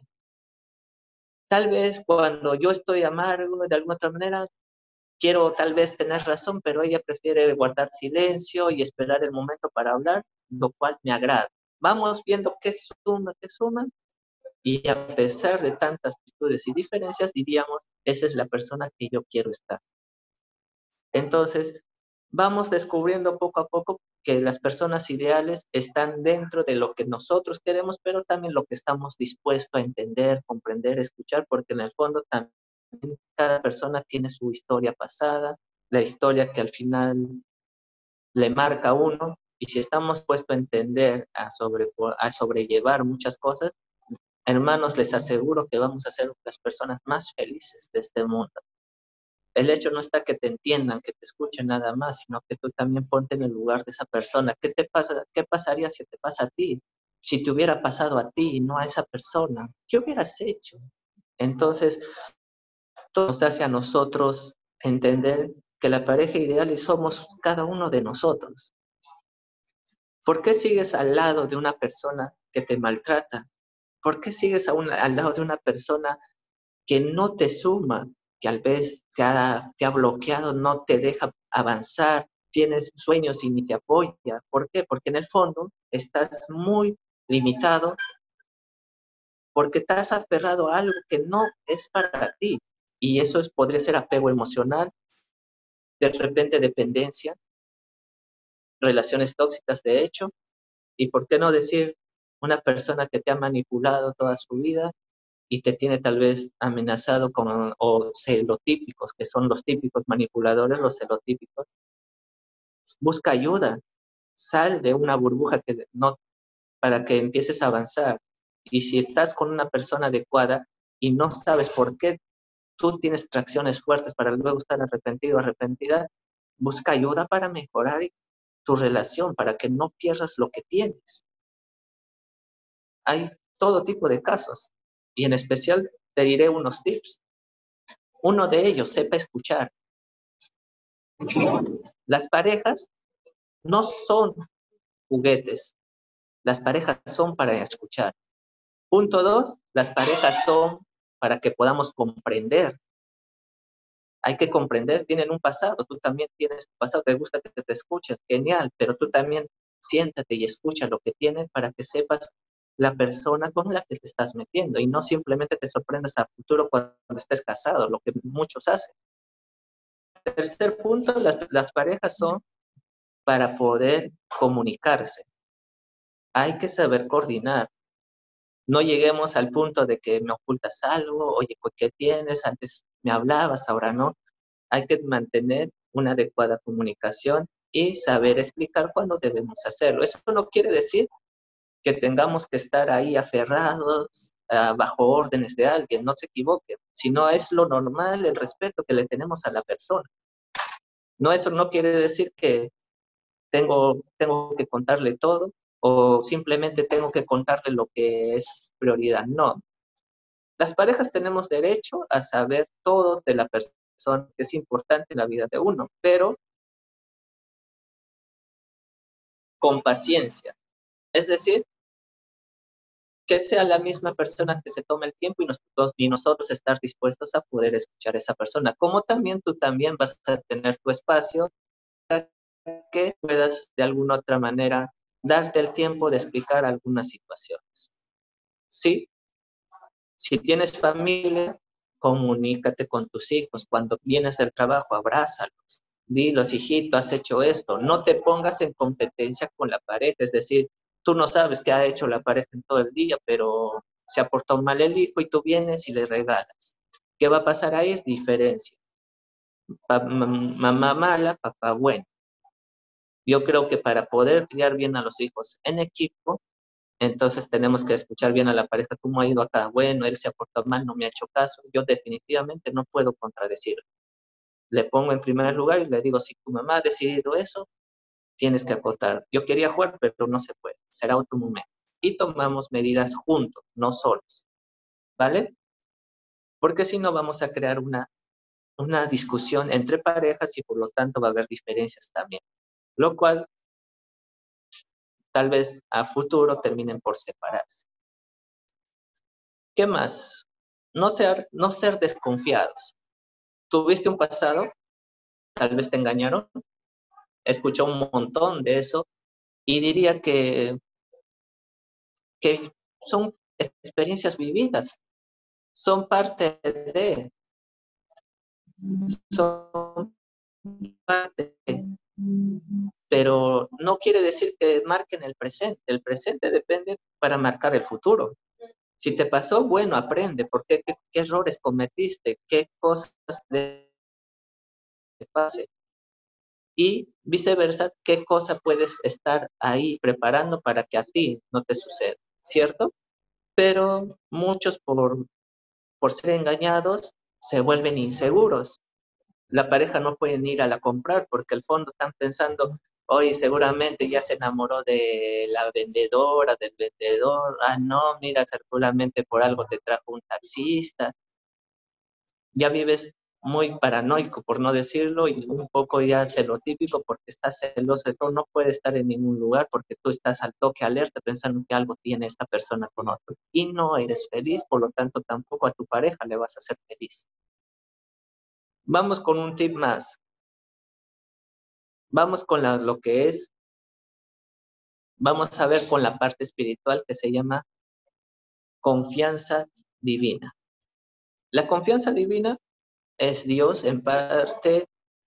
Tal vez cuando yo estoy amargo, de alguna otra manera, quiero tal vez tener razón, pero ella prefiere guardar silencio y esperar el momento para hablar, lo cual me agrada. Vamos viendo qué suma, qué suma, y a pesar de tantas virtudes y diferencias, diríamos, esa es la persona que yo quiero estar. Entonces, vamos descubriendo poco a poco que las personas ideales están dentro de lo que nosotros queremos, pero también lo que estamos dispuestos a entender, comprender, escuchar, porque en el fondo también cada persona tiene su historia pasada, la historia que al final le marca a uno, y si estamos puestos a entender, a, sobre, a sobrellevar muchas cosas, hermanos, les aseguro que vamos a ser las personas más felices de este mundo. El hecho no está que te entiendan, que te escuchen nada más, sino que tú también ponte en el lugar de esa persona. ¿Qué te pasa? ¿Qué pasaría si te pasa a ti? Si te hubiera pasado a ti y no a esa persona, ¿qué hubieras hecho? Entonces, todo nos hace a nosotros entender que la pareja ideal somos cada uno de nosotros. ¿Por qué sigues al lado de una persona que te maltrata? ¿Por qué sigues a una, al lado de una persona que no te suma, que tal vez te ha, te ha bloqueado, no te deja avanzar, tienes sueños y ni te apoya? ¿Por qué? Porque en el fondo estás muy limitado porque te has aferrado a algo que no es para ti. Y eso es, podría ser apego emocional, de repente dependencia, relaciones tóxicas de hecho, y por qué no decir una persona que te ha manipulado toda su vida y te tiene tal vez amenazado con, o celotípicos, que son los típicos manipuladores, los celotípicos. Busca ayuda, sal de una burbuja que no, para que empieces a avanzar. Y si estás con una persona adecuada y no sabes por qué tú tienes tracciones fuertes para luego estar arrepentido o arrepentida, busca ayuda para mejorar tu relación, para que no pierdas lo que tienes. Hay todo tipo de casos y en especial te diré unos tips. Uno de ellos, sepa escuchar. Las parejas no son juguetes, las parejas son para escuchar. Punto dos, las parejas son para que podamos comprender. Hay que comprender, tienen un pasado, tú también tienes tu pasado, te gusta que te escuchen, genial, pero tú también siéntate y escucha lo que tienen para que sepas la persona con la que te estás metiendo y no simplemente te sorprendas a futuro cuando estés casado, lo que muchos hacen. Tercer punto, las, las parejas son para poder comunicarse. Hay que saber coordinar. No lleguemos al punto de que me ocultas algo, oye, ¿qué tienes? Antes me hablabas, ahora no. Hay que mantener una adecuada comunicación y saber explicar cuándo debemos hacerlo. Eso no quiere decir que tengamos que estar ahí aferrados uh, bajo órdenes de alguien, no se equivoque, sino es lo normal, el respeto que le tenemos a la persona. No, eso no quiere decir que tengo, tengo que contarle todo o simplemente tengo que contarle lo que es prioridad. No. Las parejas tenemos derecho a saber todo de la persona que es importante en la vida de uno, pero con paciencia. Es decir, que sea la misma persona que se tome el tiempo y nosotros, y nosotros estar dispuestos a poder escuchar a esa persona. Como también tú también vas a tener tu espacio para que puedas de alguna otra manera darte el tiempo de explicar algunas situaciones. ¿Sí? Si tienes familia, comunícate con tus hijos. Cuando vienes del trabajo, abrázalos. Dilos, hijito, has hecho esto. No te pongas en competencia con la pareja. Es decir, tú no sabes qué ha hecho la pareja en todo el día, pero se ha portado mal el hijo y tú vienes y le regalas. ¿Qué va a pasar ahí? Diferencia. Pa mamá mala, papá bueno. Yo creo que para poder criar bien a los hijos en equipo, entonces tenemos que escuchar bien a la pareja, cómo ha ido acá. Bueno, él se ha portado mal, no me ha hecho caso. Yo definitivamente no puedo contradecirlo. Le pongo en primer lugar y le digo, si tu mamá ha decidido eso, tienes que acotar. Yo quería jugar, pero no se puede. Será otro momento. Y tomamos medidas juntos, no solos. ¿Vale? Porque si no vamos a crear una, una discusión entre parejas y por lo tanto va a haber diferencias también. Lo cual tal vez a futuro terminen por separarse. ¿Qué más? No ser, no ser desconfiados. ¿Tuviste un pasado? Tal vez te engañaron. Escuché un montón de eso y diría que, que son experiencias vividas, son parte de, son parte de, pero no quiere decir que marquen el presente. El presente depende para marcar el futuro. Si te pasó, bueno, aprende, ¿por qué? ¿Qué, qué errores cometiste? ¿Qué cosas de pase? Y viceversa, ¿qué cosa puedes estar ahí preparando para que a ti no te suceda? ¿Cierto? Pero muchos por, por ser engañados se vuelven inseguros. La pareja no pueden ir a la comprar porque al fondo están pensando, hoy seguramente ya se enamoró de la vendedora, del vendedor. Ah, no, mira, seguramente por algo te trajo un taxista. Ya vives muy paranoico, por no decirlo, y un poco ya celotípico porque estás celoso de todo, no puede estar en ningún lugar porque tú estás al toque alerta pensando que algo tiene esta persona con otro. Y no eres feliz, por lo tanto tampoco a tu pareja le vas a hacer feliz. Vamos con un tip más. Vamos con la, lo que es, vamos a ver con la parte espiritual que se llama confianza divina. La confianza divina es Dios en parte.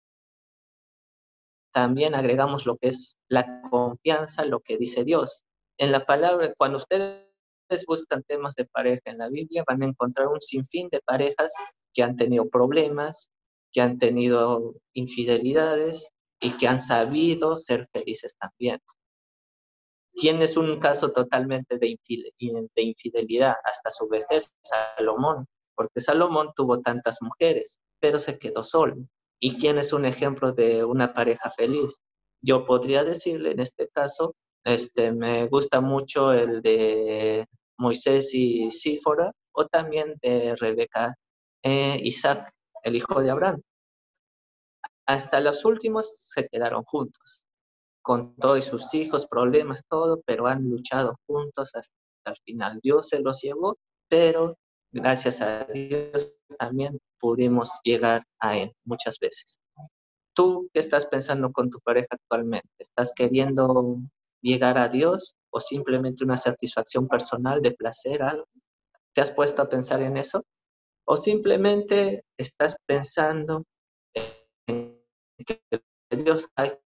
También agregamos lo que es la confianza, lo que dice Dios. En la palabra, cuando ustedes buscan temas de pareja en la Biblia, van a encontrar un sinfín de parejas que han tenido problemas, que han tenido infidelidades y que han sabido ser felices también. ¿Quién es un caso totalmente de infidelidad hasta su vejez? Salomón, porque Salomón tuvo tantas mujeres, pero se quedó solo. ¿Y quién es un ejemplo de una pareja feliz? Yo podría decirle en este caso, este, me gusta mucho el de Moisés y Sífora, o también de Rebeca e Isaac, el hijo de Abraham. Hasta los últimos se quedaron juntos, con todos sus hijos, problemas, todo, pero han luchado juntos hasta el final. Dios se los llevó, pero gracias a Dios también pudimos llegar a Él muchas veces. ¿Tú qué estás pensando con tu pareja actualmente? ¿Estás queriendo llegar a Dios o simplemente una satisfacción personal de placer, algo? ¿Te has puesto a pensar en eso? ¿O simplemente estás pensando en que Dios está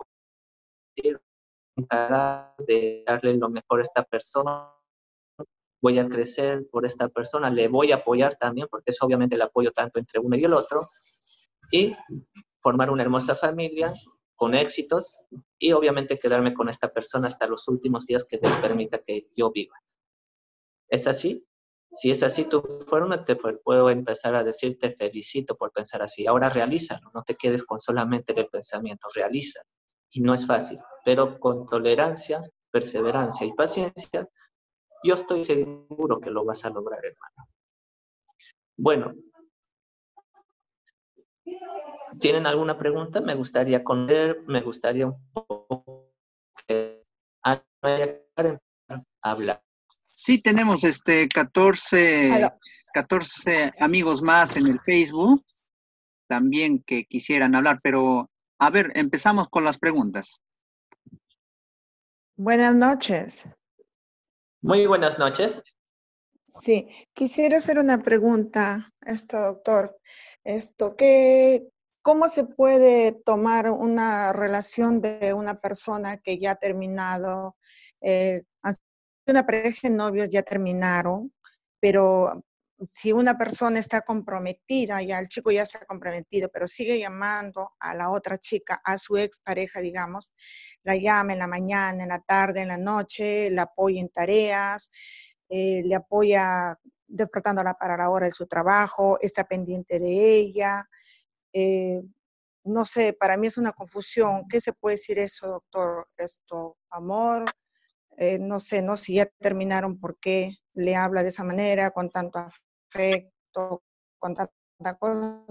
encargado de darle lo mejor a esta persona voy a crecer por esta persona, le voy a apoyar también, porque es obviamente el apoyo tanto entre uno y el otro, y formar una hermosa familia con éxitos y obviamente quedarme con esta persona hasta los últimos días que Dios permita que yo viva. ¿Es así? Si es así, tu forma, te puedo empezar a decir, te felicito por pensar así. Ahora realízalo, no te quedes con solamente el pensamiento, realiza. Y no es fácil, pero con tolerancia, perseverancia y paciencia, yo estoy seguro que lo vas a lograr, hermano. Bueno, ¿tienen alguna pregunta? Me gustaría conocer, me gustaría un poco que hablar. Sí, tenemos este catorce, catorce amigos más en el Facebook, también que quisieran hablar, pero a ver, empezamos con las preguntas. Buenas noches. Muy buenas noches. Sí, quisiera hacer una pregunta, esto, doctor. Esto, ¿qué, ¿cómo se puede tomar una relación de una persona que ya ha terminado, eh, una pareja de novios ya terminaron, pero si una persona está comprometida, ya el chico ya está comprometido, pero sigue llamando a la otra chica, a su expareja, digamos, la llama en la mañana, en la tarde, en la noche, la apoya en tareas, eh, le apoya despertándola para la hora de su trabajo, está pendiente de ella. Eh, no sé, para mí es una confusión. ¿Qué se puede decir eso, doctor? Esto, amor, eh, no sé, no si ya terminaron, ¿por qué le habla de esa manera, con tanto afecto, con tanta cosa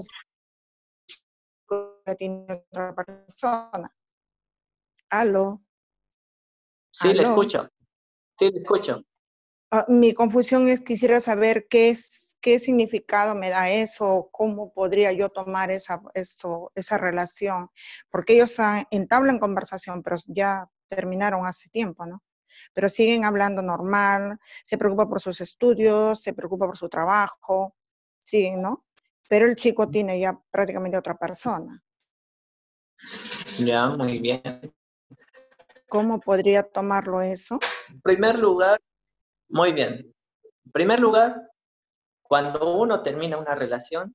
que tiene otra persona? ¿Aló? Sí, le ¿Aló? escucho. Sí, le escucho. Uh, mi confusión es, quisiera saber qué es, qué significado me da eso, cómo podría yo tomar esa, eso, esa relación, porque ellos han, entablan conversación, pero ya terminaron hace tiempo, ¿no? Pero siguen hablando normal, se preocupa por sus estudios, se preocupa por su trabajo, siguen, ¿no? Pero el chico tiene ya prácticamente otra persona. Ya, muy bien. ¿Cómo podría tomarlo eso? En primer lugar, muy bien. En primer lugar, cuando uno termina una relación,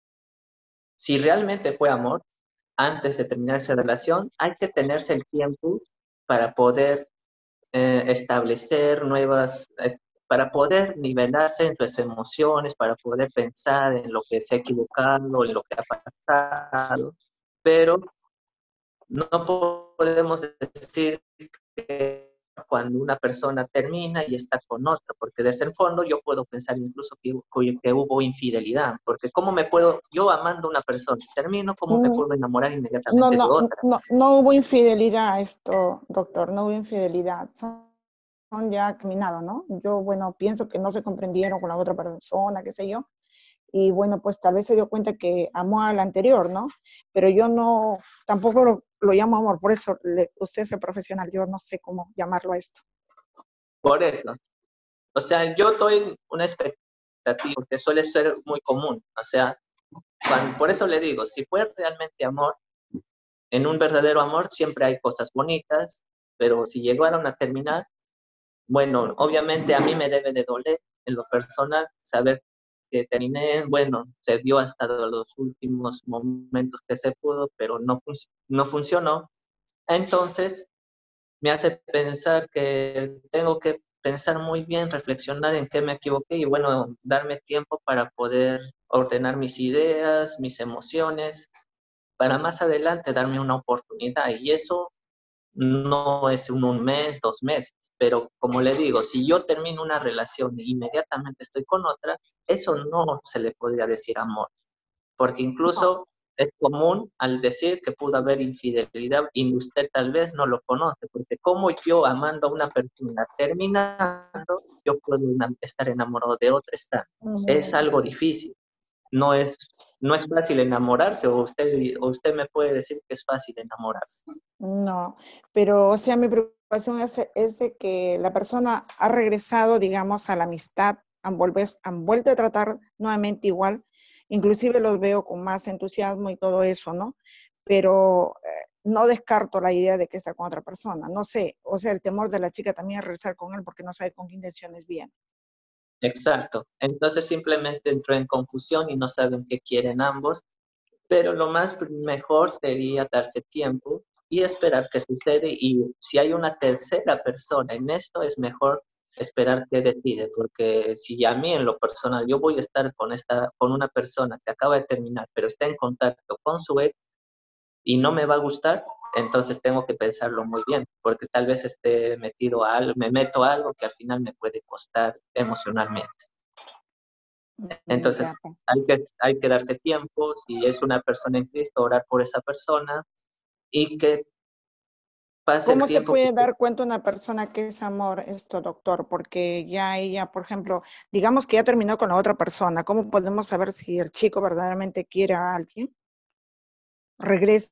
si realmente fue amor, antes de terminar esa relación, hay que tenerse el tiempo para poder eh, establecer nuevas, es, para poder nivelarse en sus emociones, para poder pensar en lo que se ha equivocado, en lo que ha pasado, pero no podemos decir que cuando una persona termina y está con otra, porque desde el fondo yo puedo pensar incluso que, que hubo infidelidad, porque ¿cómo me puedo, yo amando a una persona, termino, ¿cómo me puedo enamorar inmediatamente no, no, de otra? No, no hubo infidelidad esto, doctor, no hubo infidelidad. Son, son ya caminado, ¿no? Yo, bueno, pienso que no se comprendieron con la otra persona, qué sé yo, y bueno, pues tal vez se dio cuenta que amó al anterior, ¿no? Pero yo no, tampoco lo, lo llamo amor, por eso le, usted es el profesional, yo no sé cómo llamarlo a esto. Por eso. O sea, yo doy una expectativa, porque suele ser muy común. O sea, cuando, por eso le digo, si fue realmente amor, en un verdadero amor siempre hay cosas bonitas, pero si llegaron a terminar, bueno, obviamente a mí me debe de doler en lo personal saber que terminé, bueno, se dio hasta los últimos momentos que se pudo, pero no, fun no funcionó. Entonces, me hace pensar que tengo que pensar muy bien, reflexionar en qué me equivoqué y bueno, darme tiempo para poder ordenar mis ideas, mis emociones, para más adelante darme una oportunidad. Y eso no es un, un mes, dos meses, pero como le digo, si yo termino una relación e inmediatamente estoy con otra, eso no se le podría decir amor, porque incluso es común al decir que pudo haber infidelidad y usted tal vez no lo conoce, porque como yo amando a una persona terminando, yo puedo estar enamorado de otra estar. Uh-huh. Es algo difícil, no es, no es fácil enamorarse, o usted, o usted me puede decir que es fácil enamorarse. No, pero o sea, mi preocupación es, es de que la persona ha regresado, digamos, a la amistad, han, volves, han vuelto a tratar nuevamente igual, inclusive los veo con más entusiasmo y todo eso, ¿no? Pero eh, no descarto la idea de que está con otra persona, no sé, o sea, el temor de la chica también es regresar con él porque no sabe con qué intenciones viene. Exacto. Entonces simplemente entró en confusión y no saben qué quieren ambos, pero lo más mejor sería darse tiempo y esperar qué sucede. Y si hay una tercera persona en esto, es mejor esperar qué decide, porque si a mí en lo personal yo voy a estar con, esta, con una persona que acaba de terminar, pero está en contacto con su ex y no me va a gustar, entonces tengo que pensarlo muy bien, porque tal vez esté metido a algo, me meto a algo que al final me puede costar emocionalmente. Entonces, hay que, hay que darse tiempo, si es una persona en Cristo, orar por esa persona y que pase el ¿Cómo se tiempo. puede que- dar cuenta una persona que es amor esto, doctor? Porque ya ella, por ejemplo, digamos que ya terminó con la otra persona, ¿cómo podemos saber si el chico verdaderamente quiere a alguien? Regresa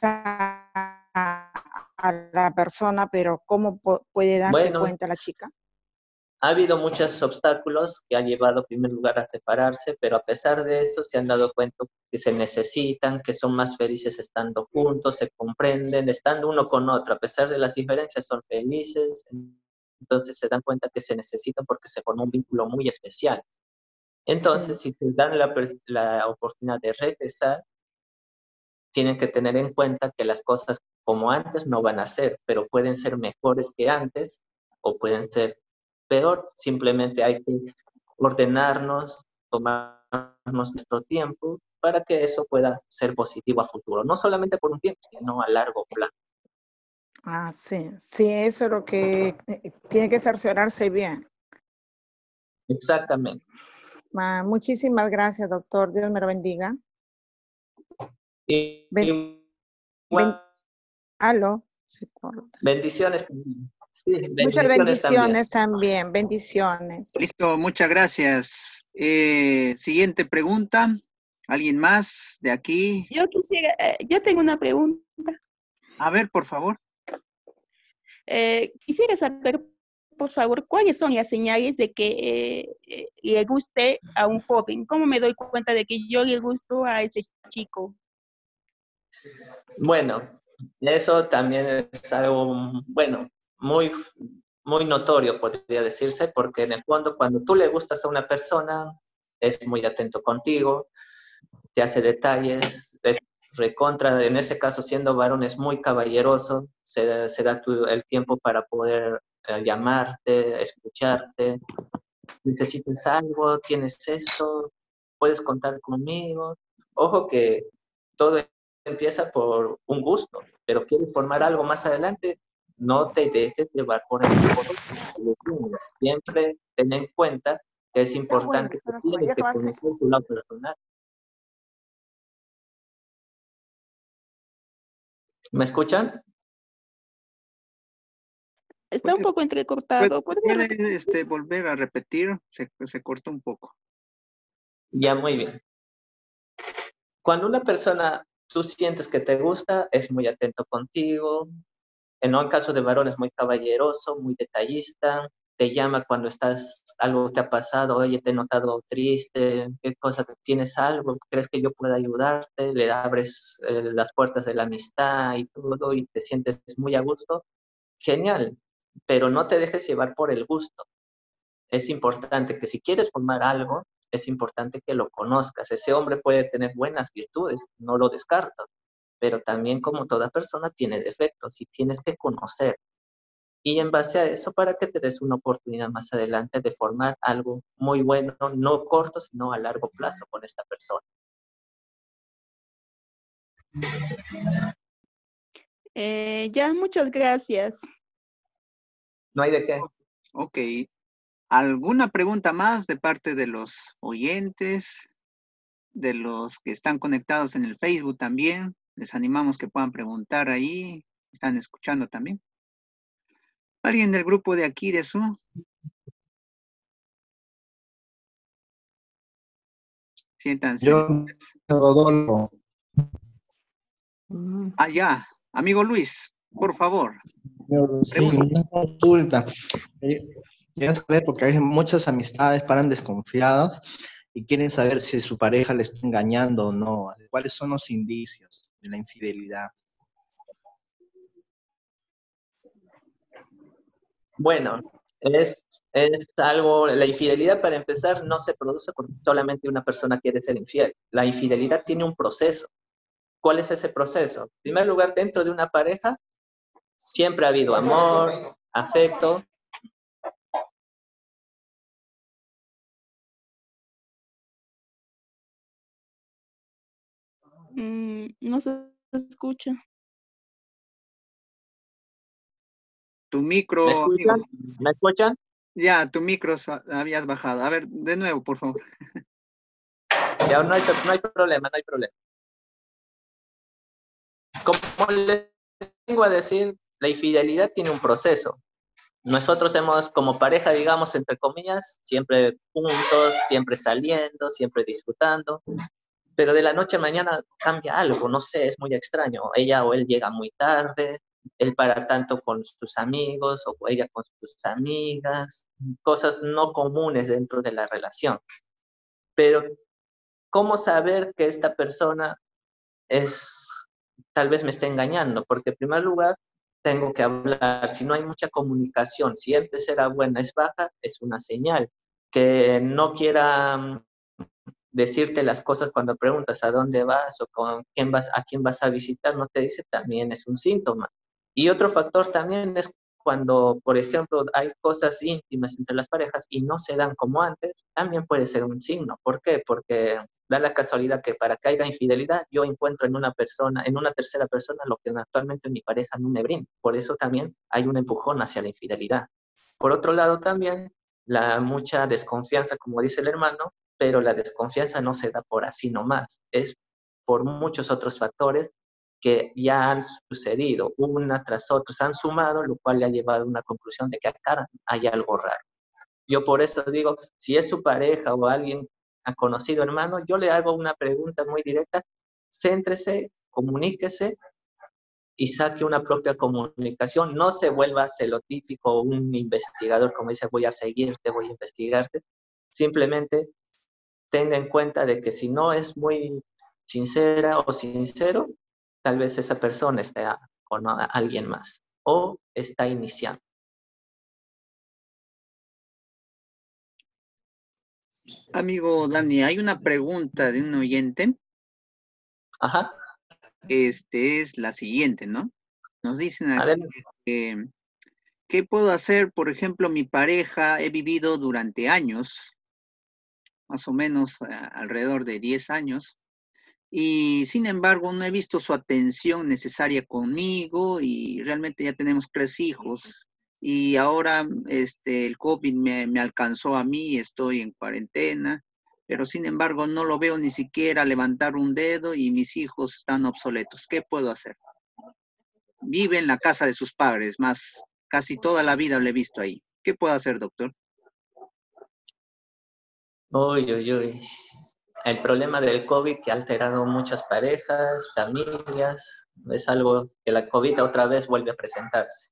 a a la persona, pero ¿cómo po- puede darse Bueno, cuenta la chica? ha habido muchos obstáculos que han llevado en primer lugar a separarse, pero a pesar de eso se han dado cuenta que se necesitan, que son más felices estando juntos, se comprenden, estando uno con otro, a pesar de las diferencias son felices, entonces se dan cuenta que se necesitan porque se formó un vínculo muy especial. Entonces, Sí. si te dan la, la oportunidad de regresar, tienen que tener en cuenta que las cosas como antes no van a ser, pero pueden ser mejores que antes o pueden ser peor. Simplemente hay que ordenarnos, tomarnos nuestro tiempo para que eso pueda ser positivo a futuro. No solamente por un tiempo, sino a largo plazo. Ah, sí. Sí, eso es lo que eh, tiene que cerciorarse bien. Exactamente. Ah, muchísimas gracias, doctor. Dios me lo bendiga. Y, Ben, y ben, aló, se corta. bendiciones también. Sí, Muchas bendiciones también. bendiciones también, bendiciones. Listo, muchas gracias. Eh, siguiente pregunta. ¿Alguien más de aquí? Yo quisiera, eh, yo tengo una pregunta. A ver, por favor. Eh, quisiera saber, por favor, cuáles son las señales de que eh, eh, le guste a un joven. ¿Cómo me doy cuenta de que yo le gusto a ese chico? Bueno, eso también es algo, bueno, muy, muy notorio, podría decirse, porque en el fondo cuando tú le gustas a una persona, es muy atento contigo, te hace detalles, es recontra, en ese caso siendo varón es muy caballeroso, se, se da tu, el tiempo para poder eh, llamarte, escucharte, necesitas algo, tienes esto, puedes contar conmigo. Ojo que todo empieza por un gusto, pero quieres formar algo más adelante, no te dejes llevar por el gusto. Siempre ten en cuenta que es importante que tienes que conocer tu lado personal. ¿Me escuchan? Está un poco entrecortado. ¿Puede, puede este, volver a repetir? Se, se cortó un poco. Ya, muy bien. Cuando una persona, tú sientes que te gusta, es muy atento contigo. En un caso de varón es muy caballeroso, muy detallista. Te llama cuando estás, algo te ha pasado, oye, te he notado triste, ¿qué cosa? ¿Tienes algo? ¿Crees que yo pueda ayudarte? Le abres eh, las puertas de la amistad y todo y te sientes muy a gusto. Genial, pero no te dejes llevar por el gusto. Es importante que si quieres formar algo, es importante que lo conozcas. Ese hombre puede tener buenas virtudes, no lo descarto, pero también como toda persona tiene defectos y tienes que conocer. Y en base a eso, para que te des una oportunidad más adelante de formar algo muy bueno, no corto, sino a largo plazo con esta persona. Eh, ya, muchas gracias. No hay de qué. Ok. ¿Alguna pregunta más de parte de los oyentes, de los que están conectados en el Facebook también? Les animamos que puedan preguntar ahí. Están escuchando también. ¿Alguien del grupo de aquí, de Zoom? Siéntanse. Yo, Rodolfo. Ah, ya. Amigo Luis, por favor. Sí, una consulta. Eh, Quiero saber, porque hay muchas amistades paran desconfiadas y quieren saber si su pareja le está engañando o no. ¿Cuáles son los indicios de la infidelidad? Bueno, Es, es algo, la infidelidad para empezar no se produce porque solamente una persona quiere ser infiel. La infidelidad tiene un proceso. ¿Cuál es ese proceso? En primer lugar, dentro de una pareja siempre ha habido amor, afecto. Mm, no se escucha. Tu ¿Me micro, escuchan? amigo. ¿Me escuchan? Ya, tu micro sa- habías bajado. A ver, de nuevo, por favor. Ya no hay, no hay problema, no hay problema. Como les vengo a decir, la infidelidad tiene un proceso. Nosotros hemos, como pareja, digamos, entre comillas, siempre juntos, siempre saliendo, siempre disfrutando, pero de la noche a mañana cambia algo, no sé, es muy extraño. Ella o él llega muy tarde, él para tanto con sus amigos o ella con sus amigas, cosas no comunes dentro de la relación. Pero, ¿cómo saber que esta persona es, tal vez me está engañando? Porque en primer lugar, tengo que hablar. Si no hay mucha comunicación, si antes era buena, es baja, es una señal. Que no quiera mm, decirte las cosas cuando preguntas a dónde vas o con quién vas, a quién vas a visitar, no te dice, también es un síntoma. Y otro factor también es cuando, por ejemplo, hay cosas íntimas entre las parejas y no se dan como antes, también puede ser un signo. ¿Por qué? Porque da la casualidad que para que haya infidelidad, yo encuentro en una persona, en una tercera persona, lo que actualmente mi pareja no me brinda. Por eso también hay un empujón hacia la infidelidad. Por otro lado, también la mucha desconfianza, como dice el hermano, pero la desconfianza no se da por así nomás, es por muchos otros factores que ya han sucedido, una tras otra, se han sumado, lo cual le ha llevado a una conclusión de que acá hay algo raro. Yo por eso digo, si es su pareja o alguien ha conocido hermano, yo le hago una pregunta muy directa, céntrese, comuníquese y saque una propia comunicación, no se vuelva celotípico, un investigador, como dice, voy a seguirte, voy a investigarte, simplemente tenga en cuenta de que si no es muy sincera o sincero, tal vez esa persona está con alguien más o está iniciando. Amigo Dani, hay una pregunta de un oyente. Ajá. Este es la siguiente, ¿no? Nos dicen aquí Adelante. que, ¿qué puedo hacer? Por ejemplo, mi pareja, he vivido durante años, más o menos a- alrededor de diez años, y sin embargo no he visto su atención necesaria conmigo y realmente ya tenemos tres hijos y ahora este, el COVID me, me alcanzó a mí, estoy en cuarentena, pero sin embargo no lo veo ni siquiera levantar un dedo y mis hijos están obsoletos. ¿Qué puedo hacer? Vive en la casa de sus padres, más casi toda la vida lo he visto ahí. ¿Qué puedo hacer, doctor? Uy, uy, uy. El problema del COVID que ha alterado muchas parejas, familias, es algo que la COVID otra vez vuelve a presentarse.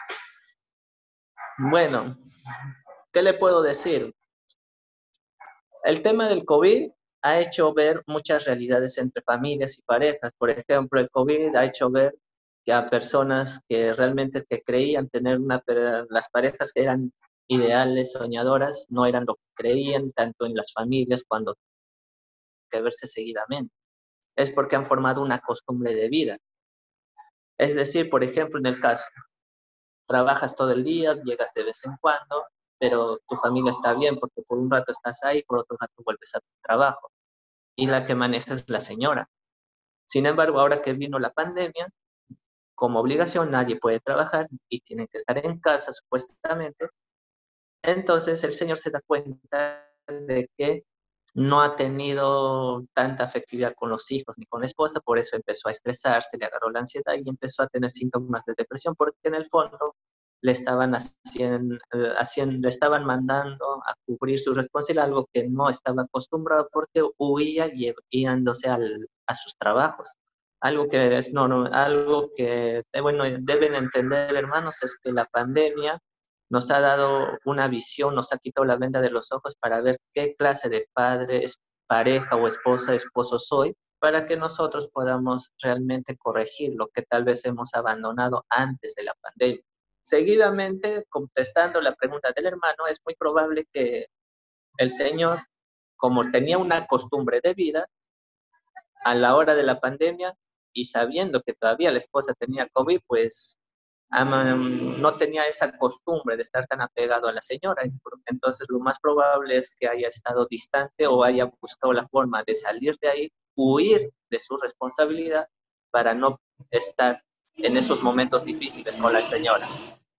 Bueno, ¿qué le puedo decir? El tema del COVID ha hecho ver muchas realidades entre familias y parejas. Por ejemplo, el COVID ha hecho ver que a personas que realmente que creían tener una, las parejas que eran ideales, soñadoras, no eran lo que creían, tanto en las familias cuando que verse seguidamente. Es porque han formado una costumbre de vida. Es decir, por ejemplo, en el caso, trabajas todo el día, llegas de vez en cuando, pero tu familia está bien porque por un rato estás ahí, por otro rato vuelves a tu trabajo. Y la que maneja es la señora. Sin embargo, ahora que vino la pandemia, como obligación nadie puede trabajar y tienen que estar en casa supuestamente. Entonces el señor se da cuenta de que no ha tenido tanta afectividad con los hijos ni con la esposa, por eso empezó a estresarse, le agarró la ansiedad y empezó a tener síntomas de depresión, porque en el fondo le estaban haciendo, haciendo, le estaban mandando a cubrir su responsabilidad, algo que no estaba acostumbrado porque huía yéndose al, a sus trabajos. Algo que es no, no, algo que bueno, deben entender, hermanos, es que la pandemia nos ha dado una visión, nos ha quitado la venda de los ojos para ver qué clase de padre, pareja o esposa, esposo soy, para que nosotros podamos realmente corregir lo que tal vez hemos abandonado antes de la pandemia. Seguidamente, contestando la pregunta del hermano, es muy probable que el señor, como tenía una costumbre de vida, a la hora de la pandemia y sabiendo que todavía la esposa tenía COVID, pues um, no tenía esa costumbre de estar tan apegado a la señora. Entonces, lo más probable es que haya estado distante o haya buscado la forma de salir de ahí, huir de su responsabilidad para no estar en esos momentos difíciles con la señora.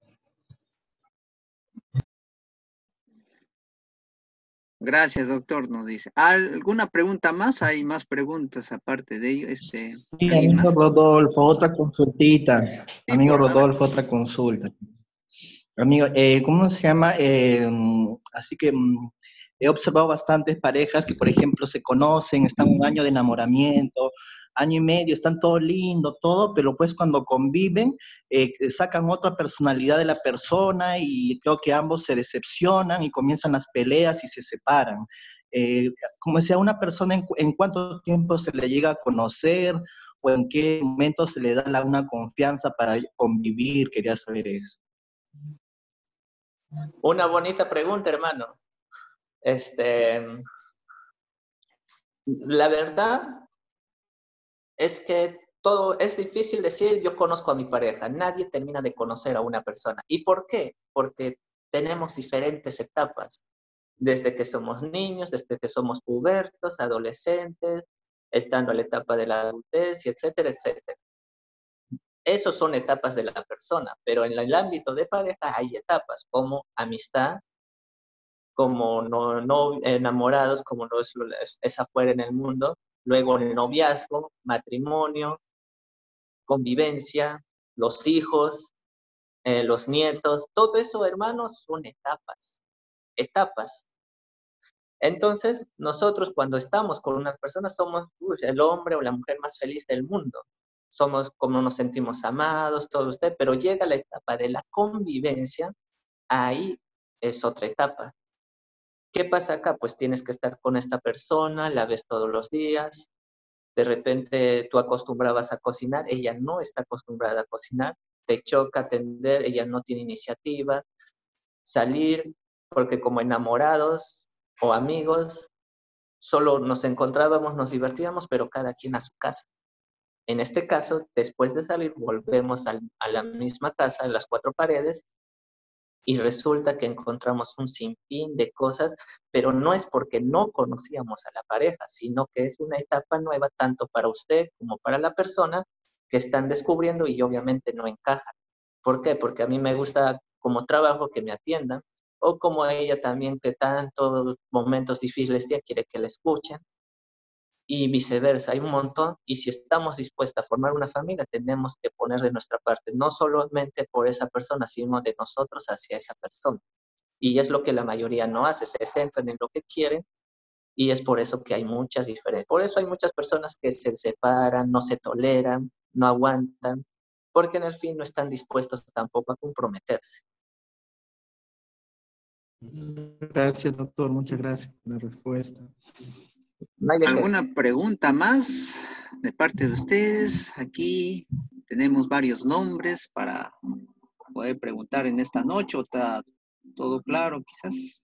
Gracias, doctor, nos dice. ¿Alguna pregunta más? ¿Hay más preguntas aparte de ello? Este, Sí, ¿alguien amigo más? Rodolfo, otra consultita. Sí, Amigo por favor. Rodolfo, otra consulta. Amigo, eh, ¿cómo se llama? Eh, así que mm, he observado bastantes parejas que, por ejemplo, se conocen, están un año de enamoramiento, año y medio, están todo lindo, todo, pero pues cuando conviven, eh, sacan otra personalidad de la persona y creo que ambos se decepcionan y comienzan las peleas y se separan. Eh, como decía, una persona, en, cu- ¿en cuánto tiempo se le llega a conocer o en qué momento se le da la, una confianza para convivir? Quería saber eso. Una bonita pregunta, hermano. Este, la verdad es que todo es difícil decir yo conozco a mi pareja. Nadie termina de conocer a una persona. ¿Y por qué? Porque tenemos diferentes etapas. Desde que somos niños, desde que somos pubertos, adolescentes, estando a la etapa de la adultez, y etcétera, etcétera. Esos son etapas de la persona, pero en el ámbito de pareja hay etapas como amistad, como no, no enamorados, como no es, es afuera en el mundo, luego el noviazgo, matrimonio, convivencia, los hijos, eh, los nietos, todo eso, hermanos, son etapas, etapas. Entonces, nosotros cuando estamos con una persona somos uy, el hombre o la mujer más feliz del mundo. Somos como nos sentimos amados, todo usted, pero llega la etapa de la convivencia, ahí es otra etapa. ¿Qué pasa acá? Pues tienes que estar con esta persona, la ves todos los días, de repente tú acostumbrabas a cocinar, ella no está acostumbrada a cocinar, te choca atender, ella no tiene iniciativa, salir, porque como enamorados o amigos, solo nos encontrábamos, nos divertíamos, pero cada quien a su casa. En este caso, después de salir, volvemos al, a la misma casa, en las cuatro paredes, y resulta que encontramos un sinfín de cosas, pero no es porque no conocíamos a la pareja, sino que es una etapa nueva tanto para usted como para la persona que están descubriendo y obviamente no encajan. ¿Por qué? Porque a mí me gusta como trabajo que me atiendan, o como a ella también que tantos momentos difíciles tiene, quiere que la escuchen, y viceversa, hay un montón, y si estamos dispuestos a formar una familia, tenemos que poner de nuestra parte, no solamente por esa persona, sino de nosotros hacia esa persona. Y es lo que la mayoría no hace, se centran en lo que quieren, y es por eso que hay muchas diferencias. Por eso hay muchas personas que se separan, no se toleran, no aguantan, porque en el fin no están dispuestos tampoco a comprometerse. Gracias, doctor. Muchas gracias por la respuesta. ¿Alguna pregunta más de parte de ustedes? Aquí tenemos varios nombres para poder preguntar en esta noche, ¿o está todo claro quizás?